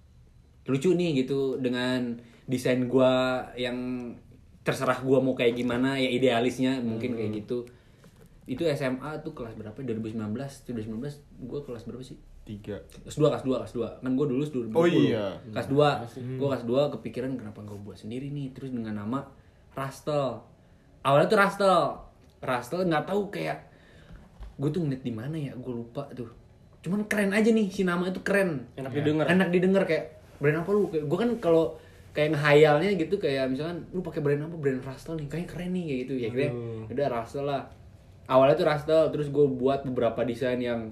Lucu nih gitu dengan desain gue yang terserah gue mau kayak gimana ya, idealisnya mungkin Hmm. kayak gitu. Itu S M A tuh kelas berapa? dua ribu sembilan belas. dua ribu sembilan belas gue kelas berapa sih? Tiga. Kelas dua, kelas dua, kelas dua. Kan gue dulu dua ribu sepuluh. Oh iya. Kelas dua. Gue kelas dua kepikiran kenapa gue buat sendiri nih. Terus dengan nama Rastel. Awalnya tuh Rastel. Rastel nggak tahu kayak gue tuh ngeliat di mana ya, gue lupa tuh. Cuman keren aja nih si nama itu keren. Enak didengar. Enak didengar kayak brand apa lu? Gue kan kalau kayak ngehayalnya gitu kayak misalkan lu pakai brand apa, brand Rastel nih, kayaknya keren nih kayak gitu ya. Kira udah Rastel lah. Awalnya tuh Rastel, terus gue buat beberapa desain yang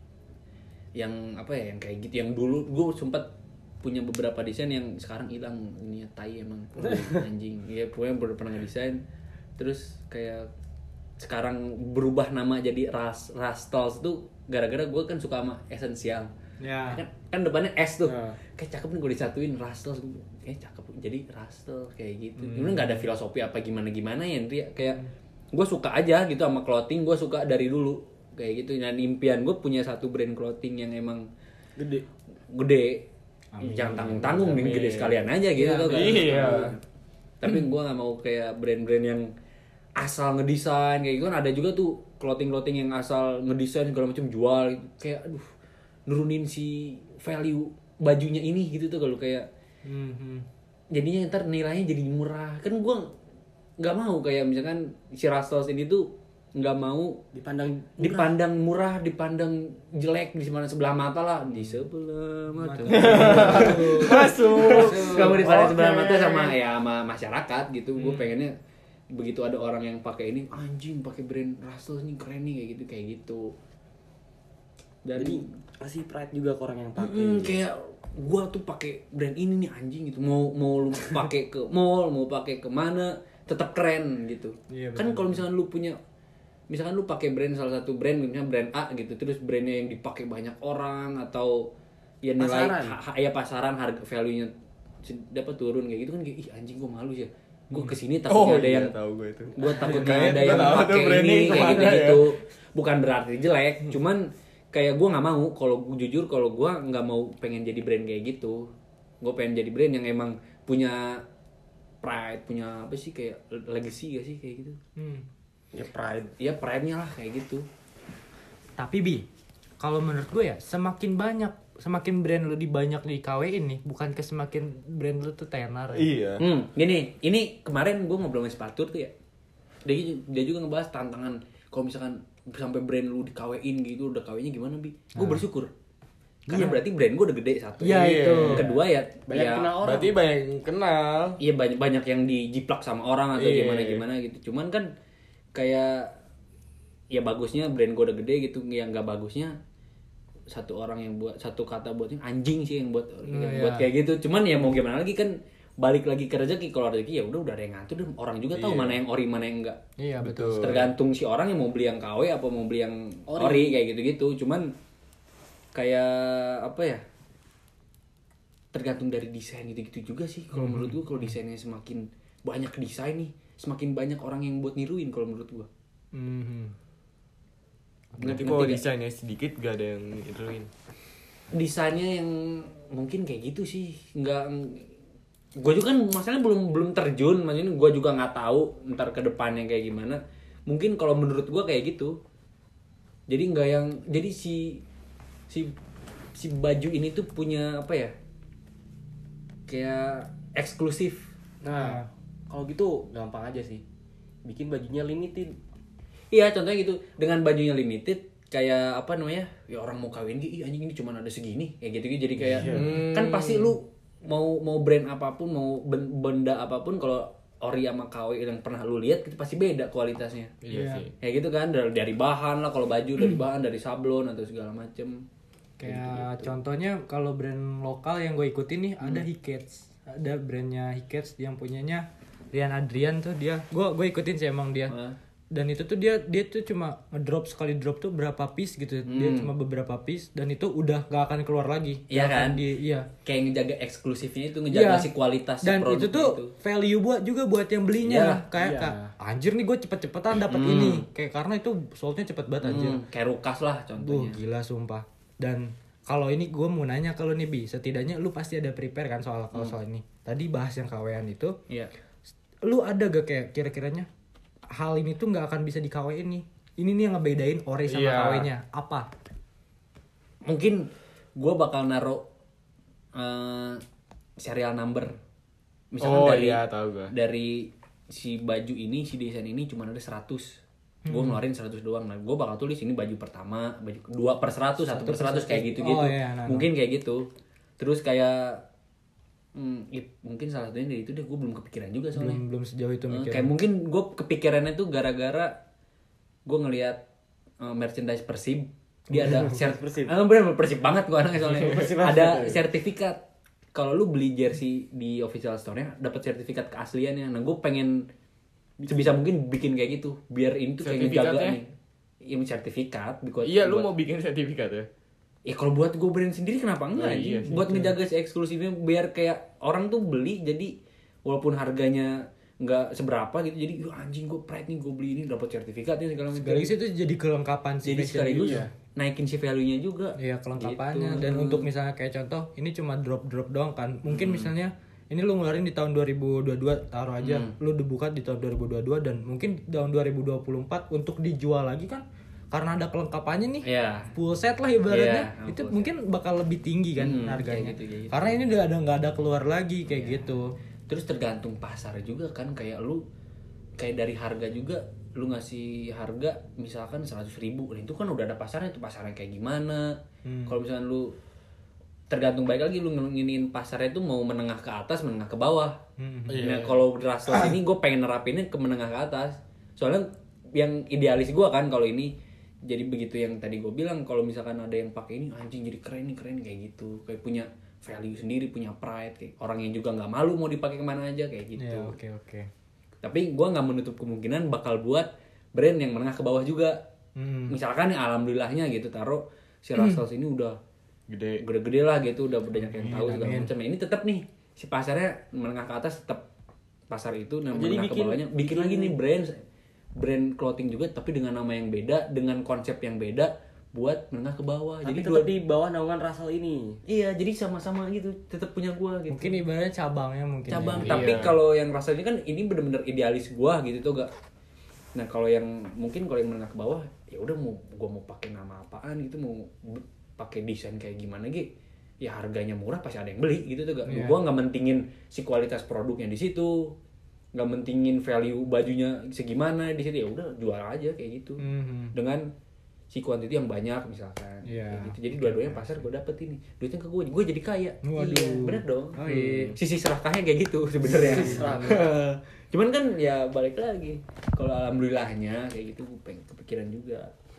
yang apa ya, yang kayak gitu, yang dulu gue sempat punya beberapa desain yang sekarang hilang ini ya, tai emang anjing ya, pokoknya baru pernah ngedesain terus kayak sekarang berubah nama jadi Ras Rastels tuh gara-gara gue kan suka sama esensial Ya. kan, kan depannya S tuh Nah. kayak cakep nih gue disatuin Rastels, kayak cakep jadi Rastel kayak gitu. Ini nggak ada filosofi apa gimana gimana ya, Andri, kayak gue suka aja gitu sama clothing, gue suka dari dulu kayak gitu. Dan impian gue punya satu brand clothing yang emang Gede. gede, jangan tanggung tanggung nih, gede sekalian aja gitu Iya, tuh kan. iya. Tapi gue nggak mau kayak brand-brand yang asal ngedesain kayak gitu kan. Ada juga tuh clothing clothing yang asal ngedesain segala macam jual gitu. Kayak aduh, nurunin si value bajunya ini gitu tuh kalau kayak Hmm. jadinya ntar nilainya jadi murah kan. Gue nggak mau kayak misalkan si Rastels ini tuh nggak mau Dipandang dipandang murah, dipandang jelek di mana sebelah mata lah, di sebelah mata. Masuk. Gak mau dipandang Oke. sebelah mata sama ya sama masyarakat gitu. Gue pengennya begitu ada orang yang pakai ini, anjing pakai brand Rastels nih keren nih kayak gitu kayak gitu. Dan jadi kasih pride juga ke orang yang pakai. Mm, kayak gua tuh pakai brand ini nih anjing gitu. Mau mau lu pakai ke mall, mau pakai kemana, tetap keren gitu. Iya, Kan kalau misalkan lu punya, misalkan lu pakai brand salah satu brand, misalnya brand A gitu, terus brandnya yang dipakai banyak orang atau ya nilai Pasaran. ha, ha- ya pasaran harga value-nya se- dapat turun kayak gitu kan, kayak ih anjing gua malu sih. Gua kesini takutnya Oh ada iya, yang tahu gue itu. gue takutnya Kayaknya ada gua yang tahu tuh pakai branding ini kayak kemana gitu ya. gitu. Bukan berarti jelek, cuman kayak gue nggak mau. Kalau jujur, kalau gue nggak mau pengen jadi brand kayak gitu. Gue pengen jadi brand yang emang punya pride, punya apa sih, kayak legacy gak sih kayak gitu. Hmm. Ya pride. Ya pride-nya lah kayak gitu. Tapi Bi, kalau menurut gue ya semakin banyak, semakin brand lu dibanyak di K W ini, bukan ke semakin brand lu tuh tenar. Ya? Iya. Hmm, gini, ini kemarin gue ngobrol sama sepatu tuh ya. Dia, dia juga ngebahas tantangan kalau misalkan sampai brand lu di K W-in gitu, udah K W-nya gimana Bi? Gue bersyukur. Karena berarti brand gue udah gede satu. Iya, itu. Kedua ya, Banyak ya, kenal orang. Berarti banyak yang kenal. iya banyak banyak yang dijiplak sama orang atau Iya. gimana gimana gitu. Cuman kan kayak ya bagusnya brand gue udah gede gitu, yang nggak bagusnya satu orang yang buat satu kata buatnya anjing sih yang buat iya. buat kayak gitu. Cuman ya mau gimana lagi kan, balik lagi ke rezeki. Kalau rezeki ya udah udah ada yang ngatur deh. Orang juga tahu Iya. mana yang ori mana yang enggak. Iya betul. Betul. Tergantung si orang yang mau beli yang K W apa mau beli yang ori, Ori. kayak gitu-gitu. Cuman kayak apa ya? Tergantung dari desain gitu-gitu juga sih. Kalau menurut gua kalau desainnya semakin banyak desain nih, semakin banyak orang yang buat niruin kalau menurut gua. Hmm. Nanti Ngerti kalau nggak? desainnya sedikit gak ada yang ituin. Desainnya yang mungkin kayak gitu sih, nggak. Gue juga kan masalahnya belum belum terjun, maksudnya gue juga nggak tahu ntar ke depannya kayak gimana. Mungkin kalau menurut gue kayak gitu. Jadi nggak yang, jadi si si si baju ini tuh punya apa ya? Kayak eksklusif. Nah, kalau gitu gampang aja sih. Bikin bajunya limited. Iya, contohnya gitu. Dengan bajunya limited, kayak apa namanya? Ya orang mau kawin gitu, ih anjing ini cuma ada segini. Kayak gitu, jadi kayak kan pasti lu mau mau brand apapun, mau ben- benda apapun, kalau ori sama K W yang pernah lu lihat itu pasti beda kualitasnya. Iya Iya. sih. Kayak gitu kan, dari, dari bahan lah, kalau baju dari bahan, dari sablon atau segala macem. Kayak contohnya kalau brand lokal yang gue ikutin nih ada Hikets, ada brandnya Hikets yang punyanya Rian Adrian tuh dia, gue gue ikutin sih emang dia. Hah? Dan itu tuh dia dia tuh cuma ngedrop sekali drop tuh berapa piece gitu. Dia cuma beberapa piece dan itu udah gak akan keluar lagi. Hmm. Iya Gak akan kan? di, iya. Kayak ngejaga eksklusifnya itu, ngejaga Iya. si kualitas si Dan produk itu tuh value buat juga buat yang belinya. Iya, Kayak iya. kayak, anjir nih gue cepet-cepetan dapat ini. Kayak karena itu soldnya cepet banget anjir. Hmm, kayak Rukas lah Duh, contohnya. gila sumpah. Dan kalau ini gue mau nanya kalau nih Bi, setidaknya lu pasti ada prepare kan soal kalau soal ini. Tadi bahas yang K W-an itu, Iya. lu ada gak kayak kira-kiranya hal ini tuh nggak akan bisa di K W-in nih. Ini nih yang ngebedain ori sama Iya. K W-nya. Apa? Mungkin gue bakal naruh eh, serial number. Misalkan Oh, dari iya, tahu gua. dari si baju ini, si desain ini cuma ada seratus. Gue ngeluarin seratus doang. Nah, gue bakal tulis ini baju pertama, baju kedua per seratus, satu per seratus kayak gitu-gitu. Oh, iya, nah, Mungkin kayak gitu. Terus kayak hmm, ya, mungkin salah satunya dari itu deh, gue belum kepikiran juga soalnya. Belum belum sejauh itu Eh, mikir. kayak mungkin gue kepikirannya tuh gara-gara gue ngelihat eh, merchandise Persib, dia ada ser- Persib. Ah, bener Persib banget gue anaknya soalnya. Persib Ada banget. sertifikat. Kalau lu beli jersey di official store-nya dapat sertifikat keasliannya. Nah, gue pengen sebisa mungkin bikin kayak gitu biar ini tuh kayak ngejaga Sertifikatnya? nih. Iya, sertifikat. buat- Iya, lu buat- mau bikin sertifikat ya? Ya kalau buat gue brand sendiri kenapa enggak? Nah, anjing? iya sih, buat ngejaga si eksklusifnya biar kayak orang tuh beli jadi walaupun harganya nggak seberapa gitu jadi "Yuh, anjing gue pride nih gue beli ini dapat sertifikatnya segala macam. Sekaligus itu jadi kelengkapan sih. Jadi fashion. sekaligus Iya. naikin si value-nya juga. Iya kelengkapannya. Gitu. Dan untuk misalnya kayak contoh ini cuma drop drop doang kan. Mungkin misalnya ini lu ngeluarin di tahun dua ribu dua puluh dua taruh aja lu dibuka di tahun dua ribu dua puluh dua dan mungkin tahun dua ribu dua puluh empat untuk dijual lagi kan karena ada kelengkapannya nih Iya. full set lah ibaratnya Iya, itu full mungkin bakal lebih tinggi kan Hmm, harganya kayak gitu, kayak gitu. karena ini udah ada nggak ada keluar lagi kayak gitu. Terus tergantung pasar juga kan kayak lu kayak dari harga juga lu ngasih harga misalkan seratus ribu nah itu kan udah ada pasarnya tuh pasarnya kayak gimana. Kalau misalkan lu tergantung baik lagi lu nginin pasarnya itu mau menengah ke atas menengah ke bawah. Nah kalau Russell ini gue pengen nerapinnya ke menengah ke atas soalnya yang idealis gue kan kalau ini jadi begitu yang tadi gue bilang kalau misalkan ada yang pakai ini anjing jadi keren nih keren kayak gitu kayak punya value sendiri punya pride kayak orang yang juga nggak malu mau dipakai kemana aja kayak gitu. Ya oke oke. Tapi gue nggak menutup kemungkinan bakal buat brand yang menengah ke bawah juga. Hmm. Misalkan nih alhamdulillahnya gitu taruh si Russell ini udah Gede. gede-gede lah gitu udah banyak yang tahu segala amin. macam. Nah, ini tetap nih si pasarnya menengah ke atas tetap pasar itu nah Jadi menengah ke bikin- bawahnya bikin lagi nih brand brand clothing juga tapi dengan nama yang beda dengan konsep yang beda buat menengah ke bawah. Tapi jadi tetap dua di bawah naungan Russell ini. iya jadi sama-sama gitu tetap punya gua gitu. Mungkin ibaratnya cabangnya mungkin. Cabang ya. tapi Iya. kalau yang Russell ini kan ini bener-bener idealis gua gitu tuh gak. Nah kalau yang mungkin kalau yang menengah ke bawah ya udah mau gua mau pakai nama apaan gitu mau b- pakai desain kayak gimana gitu ya harganya murah pasti ada yang beli gitu tuh gak. Iya. Gua nggak mentingin si kualitas produknya di situ nggak mentingin value bajunya segimana di situ ya udah jual aja kayak gitu Mhm. dengan si quantity yang banyak misalkan Iya. kayak gitu. Jadi dua-duanya pasar gue dapet ini duitnya ke gue gue jadi kaya. Waduh. Iya, bener dong. Oh, iya. Sisi serakahnya kayak gitu sebenarnya. Sisi serakah. Cuman kan ya balik lagi kalau alhamdulillahnya kayak gitu gue pengen kepikiran juga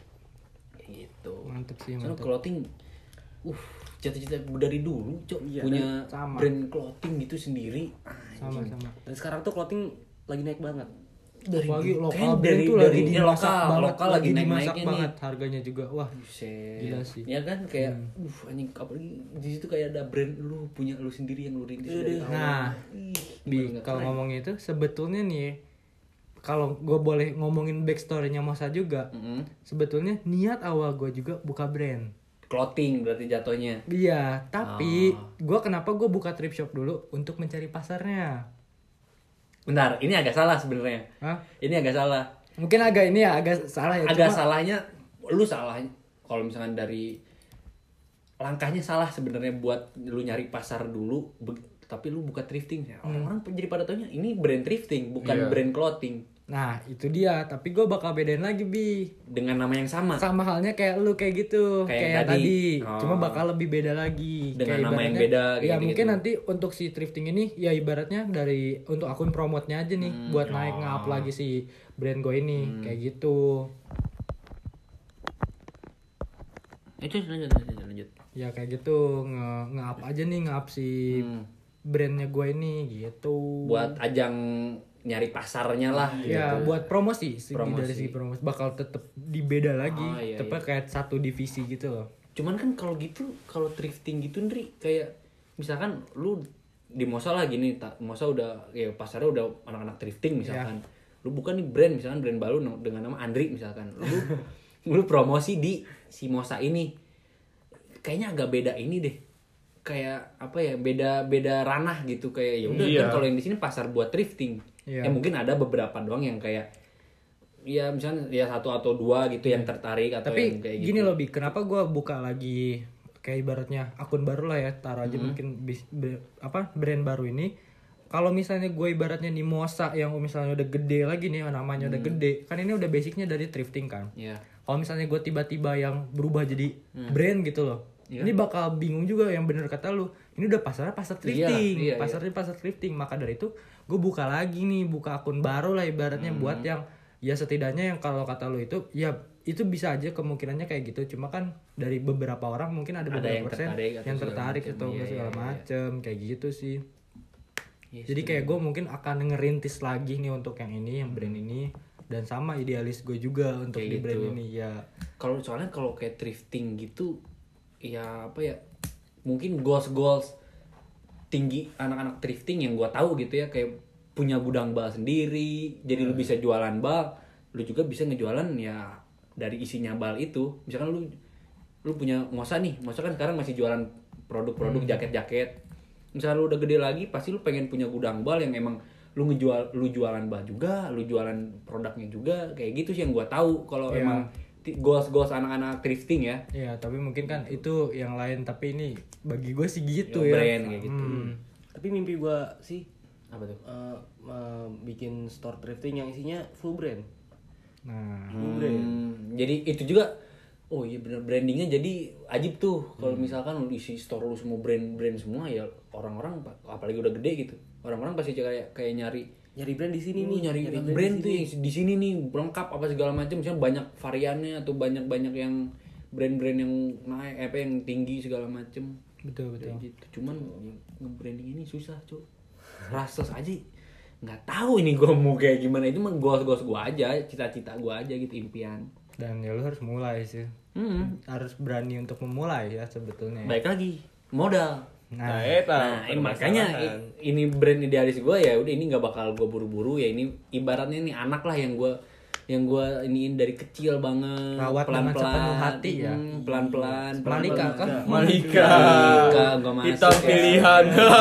kayak gitu. Mantep sih, Soalnya mantep. clothing uh cita-cita gue dari dulu cok Iya, punya sama. brand clothing gitu sendiri. Sama Anjing. sama. Dan sekarang tuh clothing lagi naik banget. Dari Apalagi kayak lokal brand dari, tuh dari lagi ini dimasak lokal, banget, lokal lagi lagi dimasak naik-naiknya nih. banget harganya juga. Wah, Buset. Gila sih. Ya kan kayak uh anjing apalagi di situ kayak ada brand lu punya lu sendiri yang lu rintis dari awal. Nah, Ih, Bi, gimana nggak kalau keren? ngomong itu sebetulnya nih kalau gue boleh ngomongin backstory-nya Mosa juga, Mm-mm. sebetulnya niat awal gue juga buka brand. Clothing berarti jatuhnya. Iya, tapi Ah. gue kenapa gue buka thrift shop dulu untuk mencari pasarnya. Bentar, ini agak salah sebenarnya. Hah? Ini agak salah. Mungkin agak ini ya, agak salah ya. Agak cuma- salahnya lu salahnya kalau misalkan dari langkahnya salah sebenarnya buat lu nyari pasar dulu be- tapi lu buka thrifting ya. Orang-orang jadi pada taunya ini brand thrifting bukan Iya. brand clothing Nah, itu dia. Tapi gue bakal bedain lagi, Bi. dengan nama yang sama. Sama halnya kayak lu kayak gitu, Kayak kayak, yang yang tadi. tadi. Oh. Cuma bakal lebih beda lagi. Dengan Kayak nama yang ibaratnya- beda, kayak Ya gitu-gitu. mungkin nanti untuk si thrifting ini ya ibaratnya dari untuk akun promotnya aja nih Hmm, buat naik oh. nge-up lagi si brand gue ini Hmm. kayak gitu. Itu lanjut lanjut lanjut. Ya kayak gitu nge nge-up aja nih nge-up si Hmm. brandnya gue ini gitu. Buat ajang nyari pasarnya lah Ya gitu. buat promosi, segi Promosi. dari segi promosi bakal tetap dibeda lagi, Oh, iya, tetap kayak satu divisi gitu loh. Cuman kan kalau gitu, kalau thrifting gitu Ndri, kayak misalkan lu di Mosa lah gini, ta- Mosa udah ya pasarnya udah anak-anak thrifting misalkan. Lu bukan nih brand misalkan brand baru no- dengan nama Andri misalkan. Lu lu promosi di si Mosa ini. Kayaknya agak beda ini deh. Kayak apa ya? Beda beda ranah gitu kayak ya udah Iya. kan kalau yang di sini pasar buat thrifting. Iya. Ya mungkin ada beberapa doang yang kayak ya misalnya ya satu atau dua gitu yang tertarik atau Tapi yang kayak gini gitu. loh Bi, kenapa gue buka lagi kayak ibaratnya akun baru lah ya, taruh aja Hmm. mungkin bis, ber- apa brand baru ini. Kalau misalnya gue ibaratnya di Mosa yang misalnya udah gede lagi nih, namanya udah gede, kan ini udah basicnya dari thrifting kan. Ya. Kalau misalnya gue tiba-tiba yang berubah jadi brand gitu loh, Iya. ini bakal bingung juga yang bener kata lu. Ini udah pasarnya pasar thrifting, Iya, iya, pasarnya pasar thrifting. Maka dari itu gue buka lagi nih, buka akun baru lah ibaratnya Hmm. buat yang ya setidaknya yang kalau kata lu itu ya itu bisa aja kemungkinannya kayak gitu. Cuma kan dari beberapa orang mungkin ada Ada beberapa yang persen tertarik atau yang segala tertarik macem. atau Iya, enggak iya, segala iya. macem kayak gitu sih. Iya, Jadi kayak gue mungkin akan ngerintis lagi nih untuk yang ini, yang brand ini, dan sama idealis gue juga untuk Kayak di brand gitu. ini ya. Kalau soalnya kalau kayak thrifting gitu ya apa ya mungkin goals goals tinggi anak-anak thrifting yang gua tahu gitu ya kayak punya gudang bal sendiri jadi lu bisa jualan bal lu juga bisa ngejualan ya dari isinya bal itu misalkan lu lu punya Mosa nih Mosa kan sekarang masih jualan produk-produk jaket-jaket misalkan lu udah gede lagi pasti lu pengen punya gudang bal yang emang lu ngejual lu jualan bal juga lu jualan produknya juga kayak gitu sih yang gua tahu kalau Iya. emang ti- goals-goals anak-anak thrifting ya Iya, tapi mungkin kan itu yang lain. Tapi ini bagi gue sih gitu Ya, ya. brand kayak gitu. Hmm. Tapi mimpi gua sih apa tuh eh, eh, bikin store thrifting yang isinya full brand. Nah, Full brand. Hmm, jadi itu juga oh iya bener brandingnya jadi ajib tuh kalau Hmm. misalkan lu isi store lu semua brand-brand semua ya orang-orang apalagi udah gede gitu orang-orang pasti kayak kayak nyari Nyari brand di sini ini nih, nyari, nyari brand, di tuh sini. yang di sini nih lengkap apa segala macam misalnya banyak variannya atau banyak-banyak yang brand-brand yang naik apa yang tinggi segala macam betul betul. kayak gitu cuman nge-branding ini susah cuy rasos aja nggak tahu ini gue mau kayak gimana itu mah goals-goals gue aja cita-cita gue aja gitu impian Dan ya lu harus mulai sih. hmm. Harus berani untuk memulai ya sebetulnya. ya. baik lagi modal Nah, Nah, eta nah ini makanya permasalahan. i- ini brand idealis gue ya udah ini nggak bakal gue buru-buru ya ini ibaratnya ini anak lah yang gue yang gue iniin dari kecil banget Rawat dengan sepenuh hati ya. Hmm, pelan-pelan Malika pelan-pelan. kan? Malika. Malika gua masuk Hitam ya. pilihan.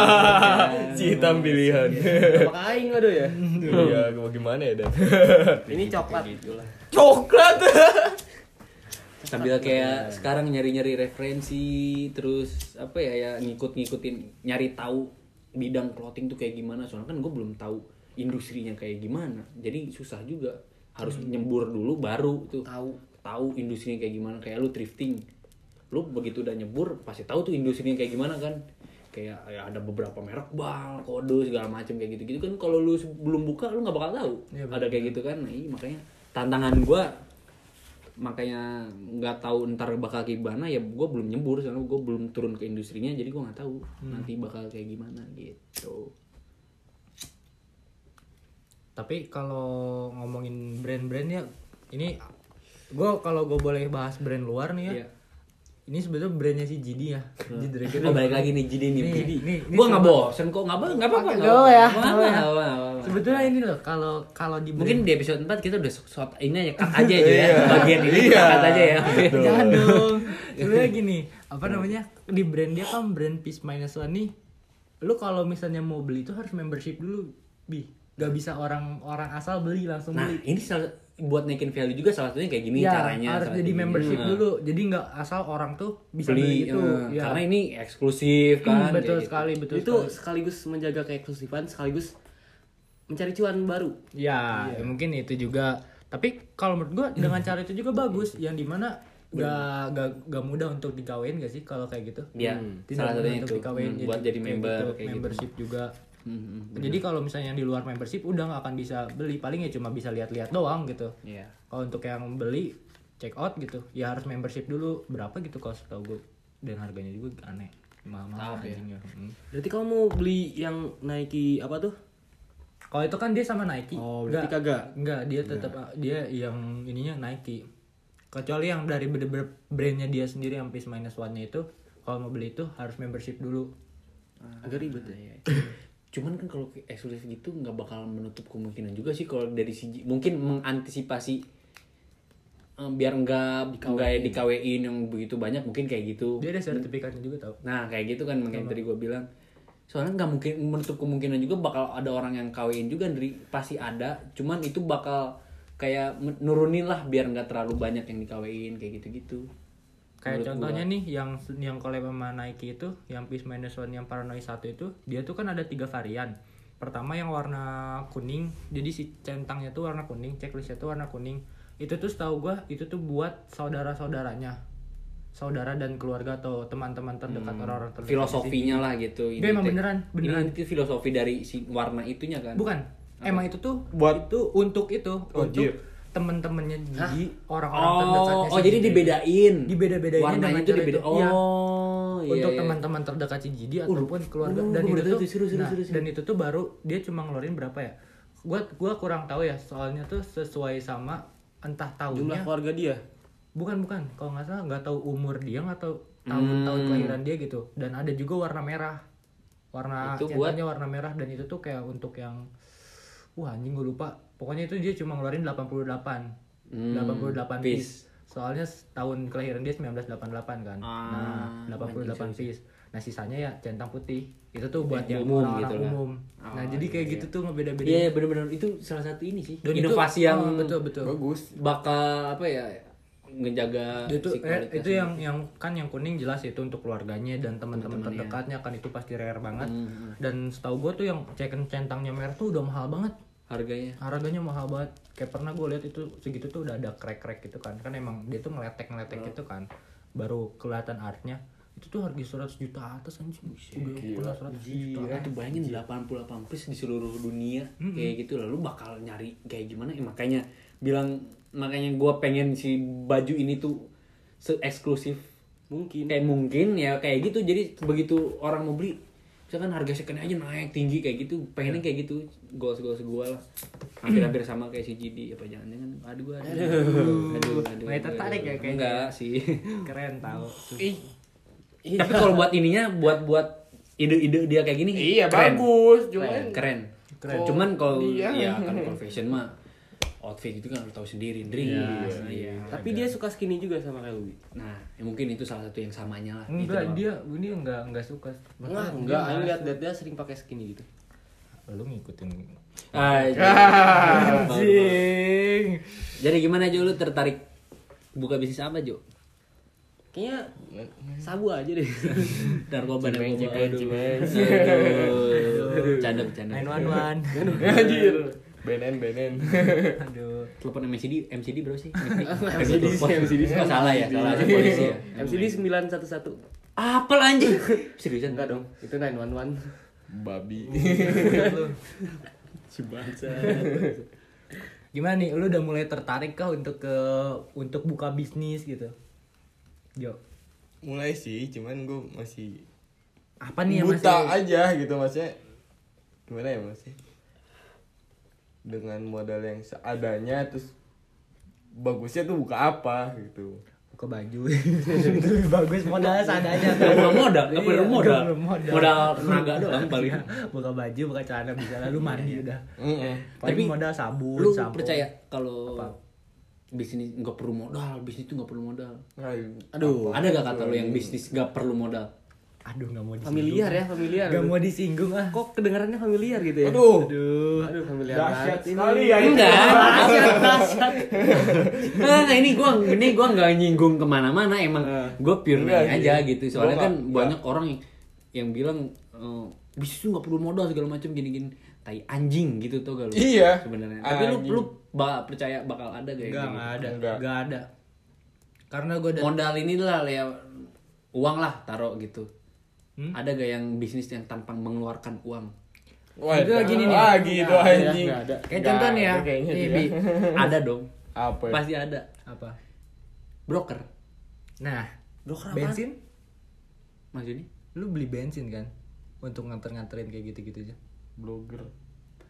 Si hitam pilihan. Sama kain waduh ya. Iya, gimana ya, Dan? Ini coklat. Coklat. sambil kayak sekarang nyari-nyari referensi terus apa ya ya ngikut-ngikutin nyari tahu bidang clothing tuh kayak gimana soalnya kan gue belum tahu industrinya kayak gimana jadi susah juga harus nyembur dulu baru tuh Tahu. tahu industrinya kayak gimana kayak lu thrifting lu begitu udah nyebur pasti tahu tuh industrinya kayak gimana kan kayak ya ada beberapa merek bal kode segala macam kayak gitu gitu kan kalau lu belum buka lu nggak bakal tahu Iya, ada kayak gitu kan nah, iya, makanya tantangan gua makanya nggak tahu ntar bakal kayak gimana ya gue belum nyebur soalnya gue belum turun ke industrinya jadi gue nggak tahu nanti bakal kayak gimana gitu. tapi kalau ngomongin brand-brand ya, ini gue kalau gue boleh bahas brand luar nih ya. Iya. Ini sebetulnya brandnya si Jidi ya. Jidi Dragon. Oh balik lagi nih jadi nih, Nih, jadi nih, ini gue nggak coba. bosen kok nggak apa nggak apa Oke, nggak apa ya, nggak apa ya. apa Sebetulnya ini loh kalau kalau di mungkin brand- di episode empat kita udah shot ini aja cut aja aja ya bagian ini kita Iya. cut aja ya. jangan dong. Sebenarnya gini, apa namanya? Di brand dia kan brand Peace Minus One nih. Lu kalau misalnya mau beli itu harus membership dulu, Bi. Gak bisa orang-orang asal beli langsung Nah beli. ini salah, buat naikin value juga salah satunya kayak gini Ya, caranya harus salah jadi satunya. membership Nah, dulu. Jadi nggak asal orang tuh bisa beli, beli itu. eh, Ya. karena ini eksklusif Hmm, kan betul kayak gitu. sekali, betul Itu sekali. sekaligus menjaga keeksklusifan sekaligus mencari cuan baru. Ya, ya mungkin itu juga. Tapi kalau menurut gua dengan cara itu juga bagus, yang dimana gak, gak, gak mudah untuk dikawin gak sih kalau kayak gitu? Iya, Tidak salah mudah satunya untuk itu dikawin, hmm, buat jadi kayak member gitu, kayak gitu. membership juga. Hmm, hmm, Jadi kalau misalnya yang di luar membership udah nggak akan bisa beli, paling ya cuma bisa lihat-lihat doang gitu. Iya. Kalau untuk yang beli check out gitu, ya harus membership dulu berapa gitu kalau setahu gue, dan harganya juga aneh, mahal-mahal Tahap ya. anjingnya. Hmm. Berarti kalau mau beli yang Nike apa tuh? Kalau itu kan dia sama Nike. Oh, berarti kagak. Enggak, dia tetap dia yang ininya Nike. Kecuali yang dari bener-bener brandnya dia sendiri yang Peace Minus One-nya itu, kalau mau beli itu harus membership dulu. Agak ribet ya. Cuman kan kalau eksklusif gitu nggak bakal menutup kemungkinan juga sih kalau dari segi mungkin mengantisipasi eh, biar nggak nggak di K W-in yang begitu banyak mungkin kayak gitu. Dia ada sertifikatnya juga tau. Nah kayak gitu kan makanya tadi gue bilang soalnya nggak mungkin menutup kemungkinan juga bakal ada orang yang K W-in juga dari pasti ada. Cuman itu bakal kayak nurunin lah biar nggak terlalu banyak yang di K W-in kayak gitu-gitu. Kayak Menurut contohnya gua. nih yang yang collab sama Nike itu, yang Peace Minus One yang Paranoid satu itu, dia tuh kan ada tiga varian. Pertama yang warna kuning, jadi si centangnya tuh warna kuning, checklistnya tuh warna kuning. Itu tuh setahu gua itu tuh buat saudara-saudaranya, saudara dan keluarga atau teman-teman terdekat Hmm, orang-orang terdekat. filosofinya lah gitu. Dia emang teh. beneran, beneran. Ini itu filosofi dari si warna itunya kan. Bukan, emang itu tuh Buat- itu untuk itu, Oh, untuk jir. temen-temennya Gigi, orang-orang terdekatnya Oh, si oh jadi Gigi. dibedain. Dibeda-bedainnya Warnanya dengan itu cara dibeda. itu. Iya. Oh, iya. Untuk iya. teman-teman terdekat si Jidi ataupun keluarga oh, dan itu berarti tuh itu seru, seru, nah, seru, seru. dan itu tuh baru dia cuma ngeluarin berapa ya, gua gua kurang tahu ya soalnya tuh sesuai sama entah Jumlah tahunnya, keluarga dia. bukan bukan kalau nggak salah nggak tahu umur dia atau tahun tahun Hmm. kelahiran dia gitu, dan ada juga warna merah, warna Itu buat- centangnya warna merah, dan itu tuh kayak untuk yang wah anjing gue lupa, pokoknya itu dia cuma ngeluarin delapan puluh delapan Hmm, delapan puluh delapan piece. piece. Soalnya tahun kelahiran dia seribu sembilan ratus delapan puluh delapan kan. Ah, Nah, delapan puluh delapan anjing, piece. Nah, sisanya ya centang putih. Itu tuh buat Yang yang umum orang-orang gitu lah. umum. Nah, Oh, jadi kayak iya, gitu tuh ngebeda-bedain. Iya, benar-benar itu salah satu ini sih. Dan itu- inovasi yang oh, betul betul. Bagus. bakal apa ya? Ngejaga Itu si eh, kualitas itu yang yang kan yang kuning jelas itu untuk keluarganya dan teman-teman Teman-temannya. terdekatnya kan, itu pasti rare banget. Hmm. Dan setahu gue tuh yang second centangnya merah tuh udah mahal banget. harganya. Harganya mahal banget. Kayak pernah gue lihat itu segitu tuh udah ada crack-crack gitu kan. Kan emang dia tuh ngeletek-ngeletek gitu kan. Baru kelihatan artnya. Itu tuh harga seratus juta atas anjing. Udah pernah seratus juta. Gila tuh bayangin delapan puluh delapan piece di seluruh dunia kayak gitu lalu bakal nyari kayak gimana ya makanya bilang makanya gua pengen si baju ini tuh se eksklusif Mungkin. kayak mungkin ya kayak gitu jadi begitu orang mau beli misalkan harga second aja naik tinggi kayak gitu pengennya kayak gitu goals goals gua lah hampir-hampir sama kayak si G D apa jangan-jangan aduh aduh aduh aduh, aduh, Mulai tertarik ya kayaknya. enggak sih Keren tau. tapi kalau buat ininya buat buat ide-ide dia kayak gini Iya, keren. bagus. Cuman keren. Keren. Cuman kalau Iya. ya kan kalau fashion mah outfit itu kan harus tahu sendiri, Ndri. Iya, Iya. iya. Tapi dia suka skinny juga sama kayak Louis. Nah, ya mungkin itu salah satu yang samanya lah. Enggak, Gitu dia dia enggak enggak suka. Enggak, Maksudnya enggak. dia Aku nggak lihat lihat dia sering pakai skinny gitu. suka. Lu ngikutin. Ah, Anjing. jadi gimana Jo lu tertarik buka bisnis apa Jo? Kayaknya sabu aja deh. Narkoba Cimeng, narkoba. cimeng, Aduh. cimeng. Aduh. Canda bercanda. nine one one. Anjir. Benen, benen. Aduh. Telepon M C D, M C D berapa sih? M C D, M C D. Oh, salah ya, salah si polisi ya. M C D sembilan satu satu. Apel anjing. Seriusan Enggak dong, itu nine one one. Babi. Si bangsa. Gimana nih, lu udah mulai tertarik kah untuk ke untuk buka bisnis gitu? Jo. Mulai sih, cuman gue masih Apa nih yang buta masih aja gitu maksudnya. Gimana ya masih? Dengan modal yang seadanya terus bagusnya tuh buka apa gitu. buka baju? Itu lebih bagus modal seadanya. Nggak perlu modal, nggak perlu Iya, modal. nggak perlu modal. Modal tenaga doang paling. Buka baju, buka celana bisa lalu mandi udah. Heeh. Paling Tapi modal sabun, Lu sampo. percaya kalau Apa? bisnis nggak perlu modal, bisnis itu nggak perlu modal. Aduh. Ada gak kata lu yang bisnis nggak perlu modal? Aduh, nggak mau disinggung. Familiar ya, familiar. Nggak mau disinggung ah. Kok kedengarannya familiar gitu ya? Aduh. Aduh. Aduh, familiar Dahsyat banget ini. sekali ya ini. Enggak, dahsyat, dahsyat. Nah, ini gua ini gua nggak nyinggung kemana-mana, emang gua pure Enggak nanya sih. aja gitu. Soalnya Gua kan nggak- banyak orang yang, yang bilang eh, bisnis itu nggak perlu modal segala macam gini-gini. Tai anjing gitu tuh gak lu? Iya. Sebenarnya. Tapi lu Anjing. lu ba- percaya bakal ada gak? Enggak, enggak ada. Enggak. Enggak ada. Karena gue udah Modal inilah ya uang lah taruh gitu. Hmm? Ada gak yang bisnis yang tanpa mengeluarkan uang? Wah, Itu lagi nih nih. Ah, gitu Nggak ada ya, anjing. nggak ada. kayak Nggak contoh nih ya. ada kayaknya Nih, sih Bi. ya. Ada dong. Apa? ya? Pasti ada. Apa? Broker. Nah, Broker apaan? bensin Maksudnya? lu beli bensin kan untuk nganter-nganterin kayak gitu-gitu aja. Blogger.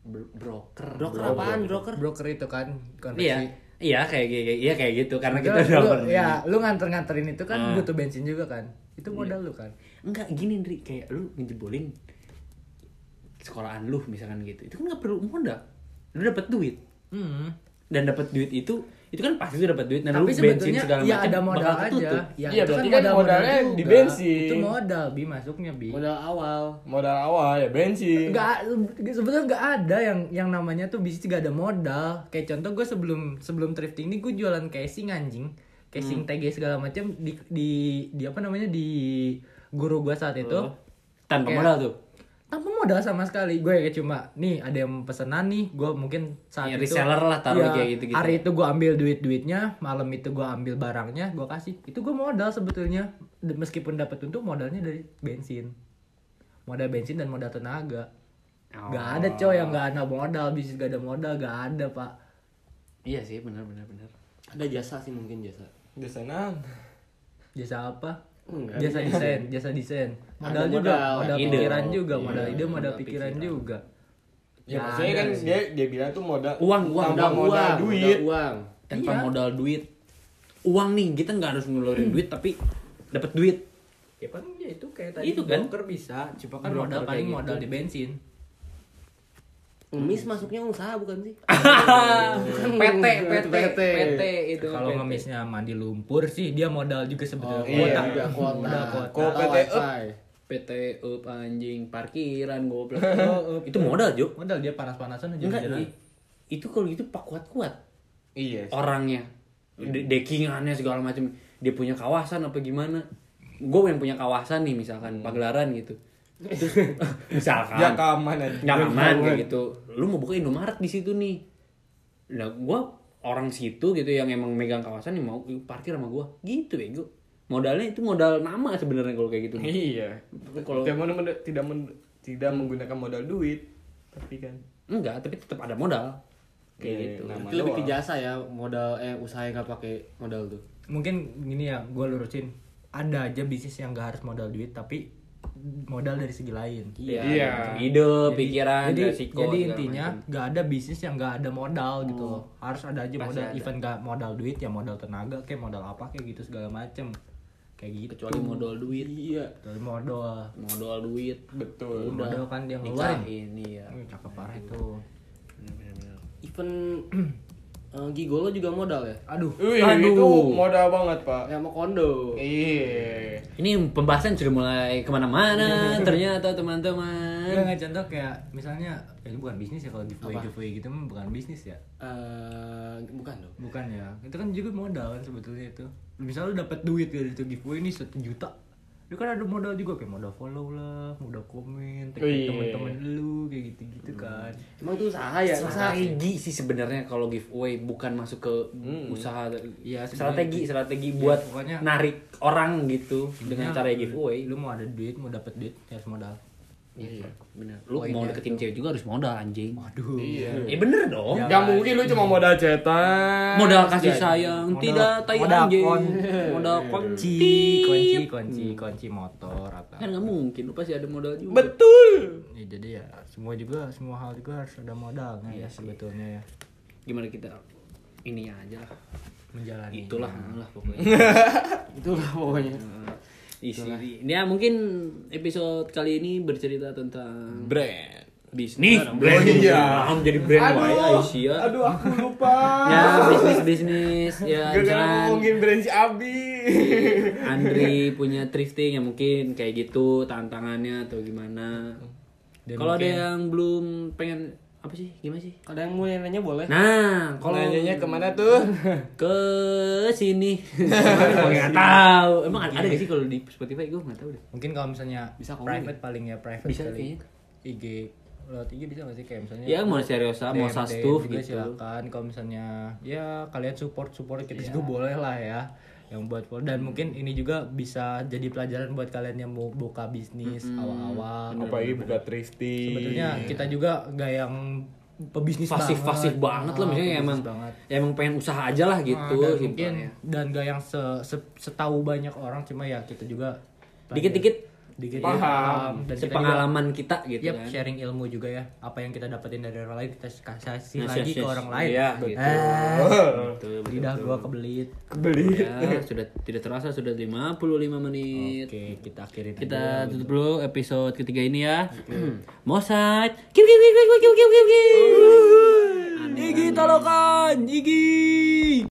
Bro- broker. Broker apaan broker? Broker itu kan Iya. konveksi. Iya kayak kayak iya kayak gitu karena kita Lu- udah lu- pernah. ya lu nganter-nganterin itu kan Ah. butuh bensin juga kan. Itu modal lu kan. Enggak gini Ndri, kayak lu ngejebolin sekolahan lu misalkan gitu. Itu kan enggak perlu modal. Lu dapat duit. Hmm. Dan dapat duit itu itu kan pasti lu dapat duit dan Tapi lu bensin sebetulnya segala ya macam ada modal bakal aja. ketutup. Ya, Iya, itu berarti kan modalnya juga. di bensin. Itu modal bi masuknya bi. Modal awal. Modal awal ya bensin. Enggak, sebetulnya nggak ada yang yang namanya tuh bisnis gak ada modal. Kayak contoh gue sebelum sebelum thrifting ini gue jualan casing anjing, casing Hmm. T G segala macam di di di apa namanya di guru gue saat itu. Tanpa Kayak- modal tuh. Tanpa modal sama sekali. Gue kayak cuma nih ada yang pesenan nih, gue mungkin saat Ya, itu reseller lah, taruh ya, kayak gitu-gitu. Hari itu gue ambil duit-duitnya, malam itu gue ambil barangnya, gue kasih. Itu gue modal sebetulnya. D- Meskipun dapat untung modalnya dari bensin. Modal bensin dan modal tenaga. Oh. Gak ada coy yang gak ada modal, bisnis gak ada modal, gak ada pak. Iya sih, benar benar benar. Ada jasa sih mungkin jasa. Di sana. Jasa apa? Enggak. Jasa desain, jasa desain. Modal Ada juga, modal. modal Ide. pikiran juga, Iya, modal ide, modal modal pikiran pikiran. juga. Ya, Gak maksudnya ada kan sih. dia dia bilang tuh modal Uang, uang, tanpa Modal modal uang, duit. modal uang. Tanpa Iya. modal duit. Uang nih, kita nggak harus ngeluarin duit tapi dapat duit. Ya paling ya itu kayak tadi Itu kan? broker bisa, cuma kan Broker modal kayak paling gitu. modal di bensin. Ngemis masuknya usaha bukan sih? P T, P T, P T. P T itu. Kalau P T. ngemisnya mandi lumpur sih dia modal juga sebetulnya. Oh, Kuota. iya, juga kuota. Modal kuota. Kalau P T up. Wifi. P T up anjing parkiran goblok. Oh, Itu modal, Jo. Modal dia panas-panasan aja Enggak, jalan. i- itu kalau gitu pak kuat-kuat Iya. sih. orangnya. De- Deckingannya segala macam. Dia punya kawasan apa gimana? Gue yang punya kawasan nih misalkan Pagelaran gitu. Terus misalkan Ya keaman aja. nyaman kayak gitu. Lu mau buka Indomaret di situ nih. Nah, gua orang situ gitu yang emang megang kawasan yang mau parkir sama gua. Gitu bego. Modalnya itu modal nama sebenarnya kalau kayak gitu. Iya. Kalau- Tidak men- men- tidak men- tidak menggunakan modal duit, tapi kan Enggak, tapi tetap ada modal. Kayak Iya, gitu. nama Itu lebih ke doang. jasa ya, modal eh usaha yang nggak pakai modal tuh. Mungkin gini ya, gue lurusin. Ada aja bisnis yang gak harus modal duit tapi modal dari segi lain. Iya. Iya. Ide, pikiran, jadi, resiko. jadi segala intinya macam. nggak ada bisnis yang nggak ada modal gitu loh. Harus ada aja Pasti modal, ada. even nggak modal duit ya modal tenaga kayak modal apa kayak gitu segala macem. Kayak gitu. kecuali modal duit. Iya. Kecuali modal. Modal duit. betul. Udah. Modal kan dia ngeluarin. Nikahin, iya. Wih, cakep parah itu. Bener-bener. Even eh, gigolo juga modal ya. Aduh. Wih, Aduh. itu modal banget, Pak. Kayak mau kondo. Iya. Ini pembahasan sudah mulai kemana-mana ternyata teman-teman. Enggak nggak contoh kayak misalnya ya itu bukan bisnis ya kalau giveaway Apa? giveaway gitu mah bukan bisnis ya. Eh bukan dong. Bukan ya. Itu kan juga modal kan sebetulnya itu. Misal lu dapat duit dari itu giveaway ini satu juta. Lu kan ada modal juga kayak modal follow lah, modal komen, tag Oh, iya. teman-teman lu kayak gitu-gitu kan. Emang itu usaha ya? Usaha. Strategi sih sebenarnya kalau giveaway bukan masuk ke usaha. Iya, strategi sebenarnya- strategi Iya, buat pokoknya- narik orang gitu dengan Intinya, cara giveaway. Lu mau ada duit, mau dapat duit ya harus modal. Iya, benar. Lu Poinnya mau deketin cewek juga harus modal anjing. Waduh. Iya. Ya bener dong. Ya. Gak mungkin lu cuma modal cetak. Modal kasih Jadi. sayang, Modal- tidak tai modal anjing. kon- Modal kunci, kunci, kunci, kunci, kunci motor atau Kan nggak mungkin, lu pasti ada modal juga. Betul. ya, jadi ya semua juga semua hal juga harus ada modalnya ya sebetulnya ya Gimana kita ini aja lah. menjalani. Itulah lah pokoknya. Itulah pokoknya. Isi. Ya mungkin episode kali ini bercerita tentang Brand. bisnis. brand. Oh, iya. Nah, jadi brand wae Aduh, Aisyah. aduh aku lupa. Ya bisnis bisnis ya Gak misalkan ngomongin brand si Abi. Andri punya thrifting ya mungkin kayak gitu tantangannya atau gimana. Dan Kalau ada mungkin- yang belum pengen apa sih gimana sih? Ada yang mau nanya boleh? Nah Kalau kalau nanyanya kemana tuh? ke sini nggak tahu emang ada gak sih kalau di Spotify gue nggak tahu deh. mungkin kalau misalnya Bisa komen. private paling ya private Bisa kali. kayaknya. I G lewat I G bisa gak sih kayak misalnya Ya mau seriosa mau D M, sastuf D M juga gitu. silakan kalau misalnya ya kalian support support kita Iya. juga boleh lah ya yang buat follow. Dan mungkin ini juga bisa jadi pelajaran buat kalian yang mau buka bisnis awal-awal. Apalagi buka thrifting. Sebetulnya kita juga gak yang pebisnis Pasif banget. pasif banget lah Ah, misalnya pebisnis emang banget. ya emang pengen usaha aja lah gitu. Ah, dan mungkin simpelnya. dan gak yang se, se- setahu banyak orang cuma ya kita juga Dikit-dikit sedikit Paham. dan kita juga- Sepengalaman kita gitu Yap, kan. sharing ilmu juga ya. Apa yang kita dapetin dari orang lain kita kasih Nah, lagi yes, ke yes. orang lain. Iya, gitu. Ah, Betul, betul, lidah betul. gua kebelit. Kebeli. Ya, sudah tidak terasa sudah lima puluh lima menit. Oke, kita akhirin aja. Kita tutup dulu episode ketiga ini ya. Mosat. Kiu kiu kiu kiu kiu kiu kiu kiu. Igi tolokan, Igi.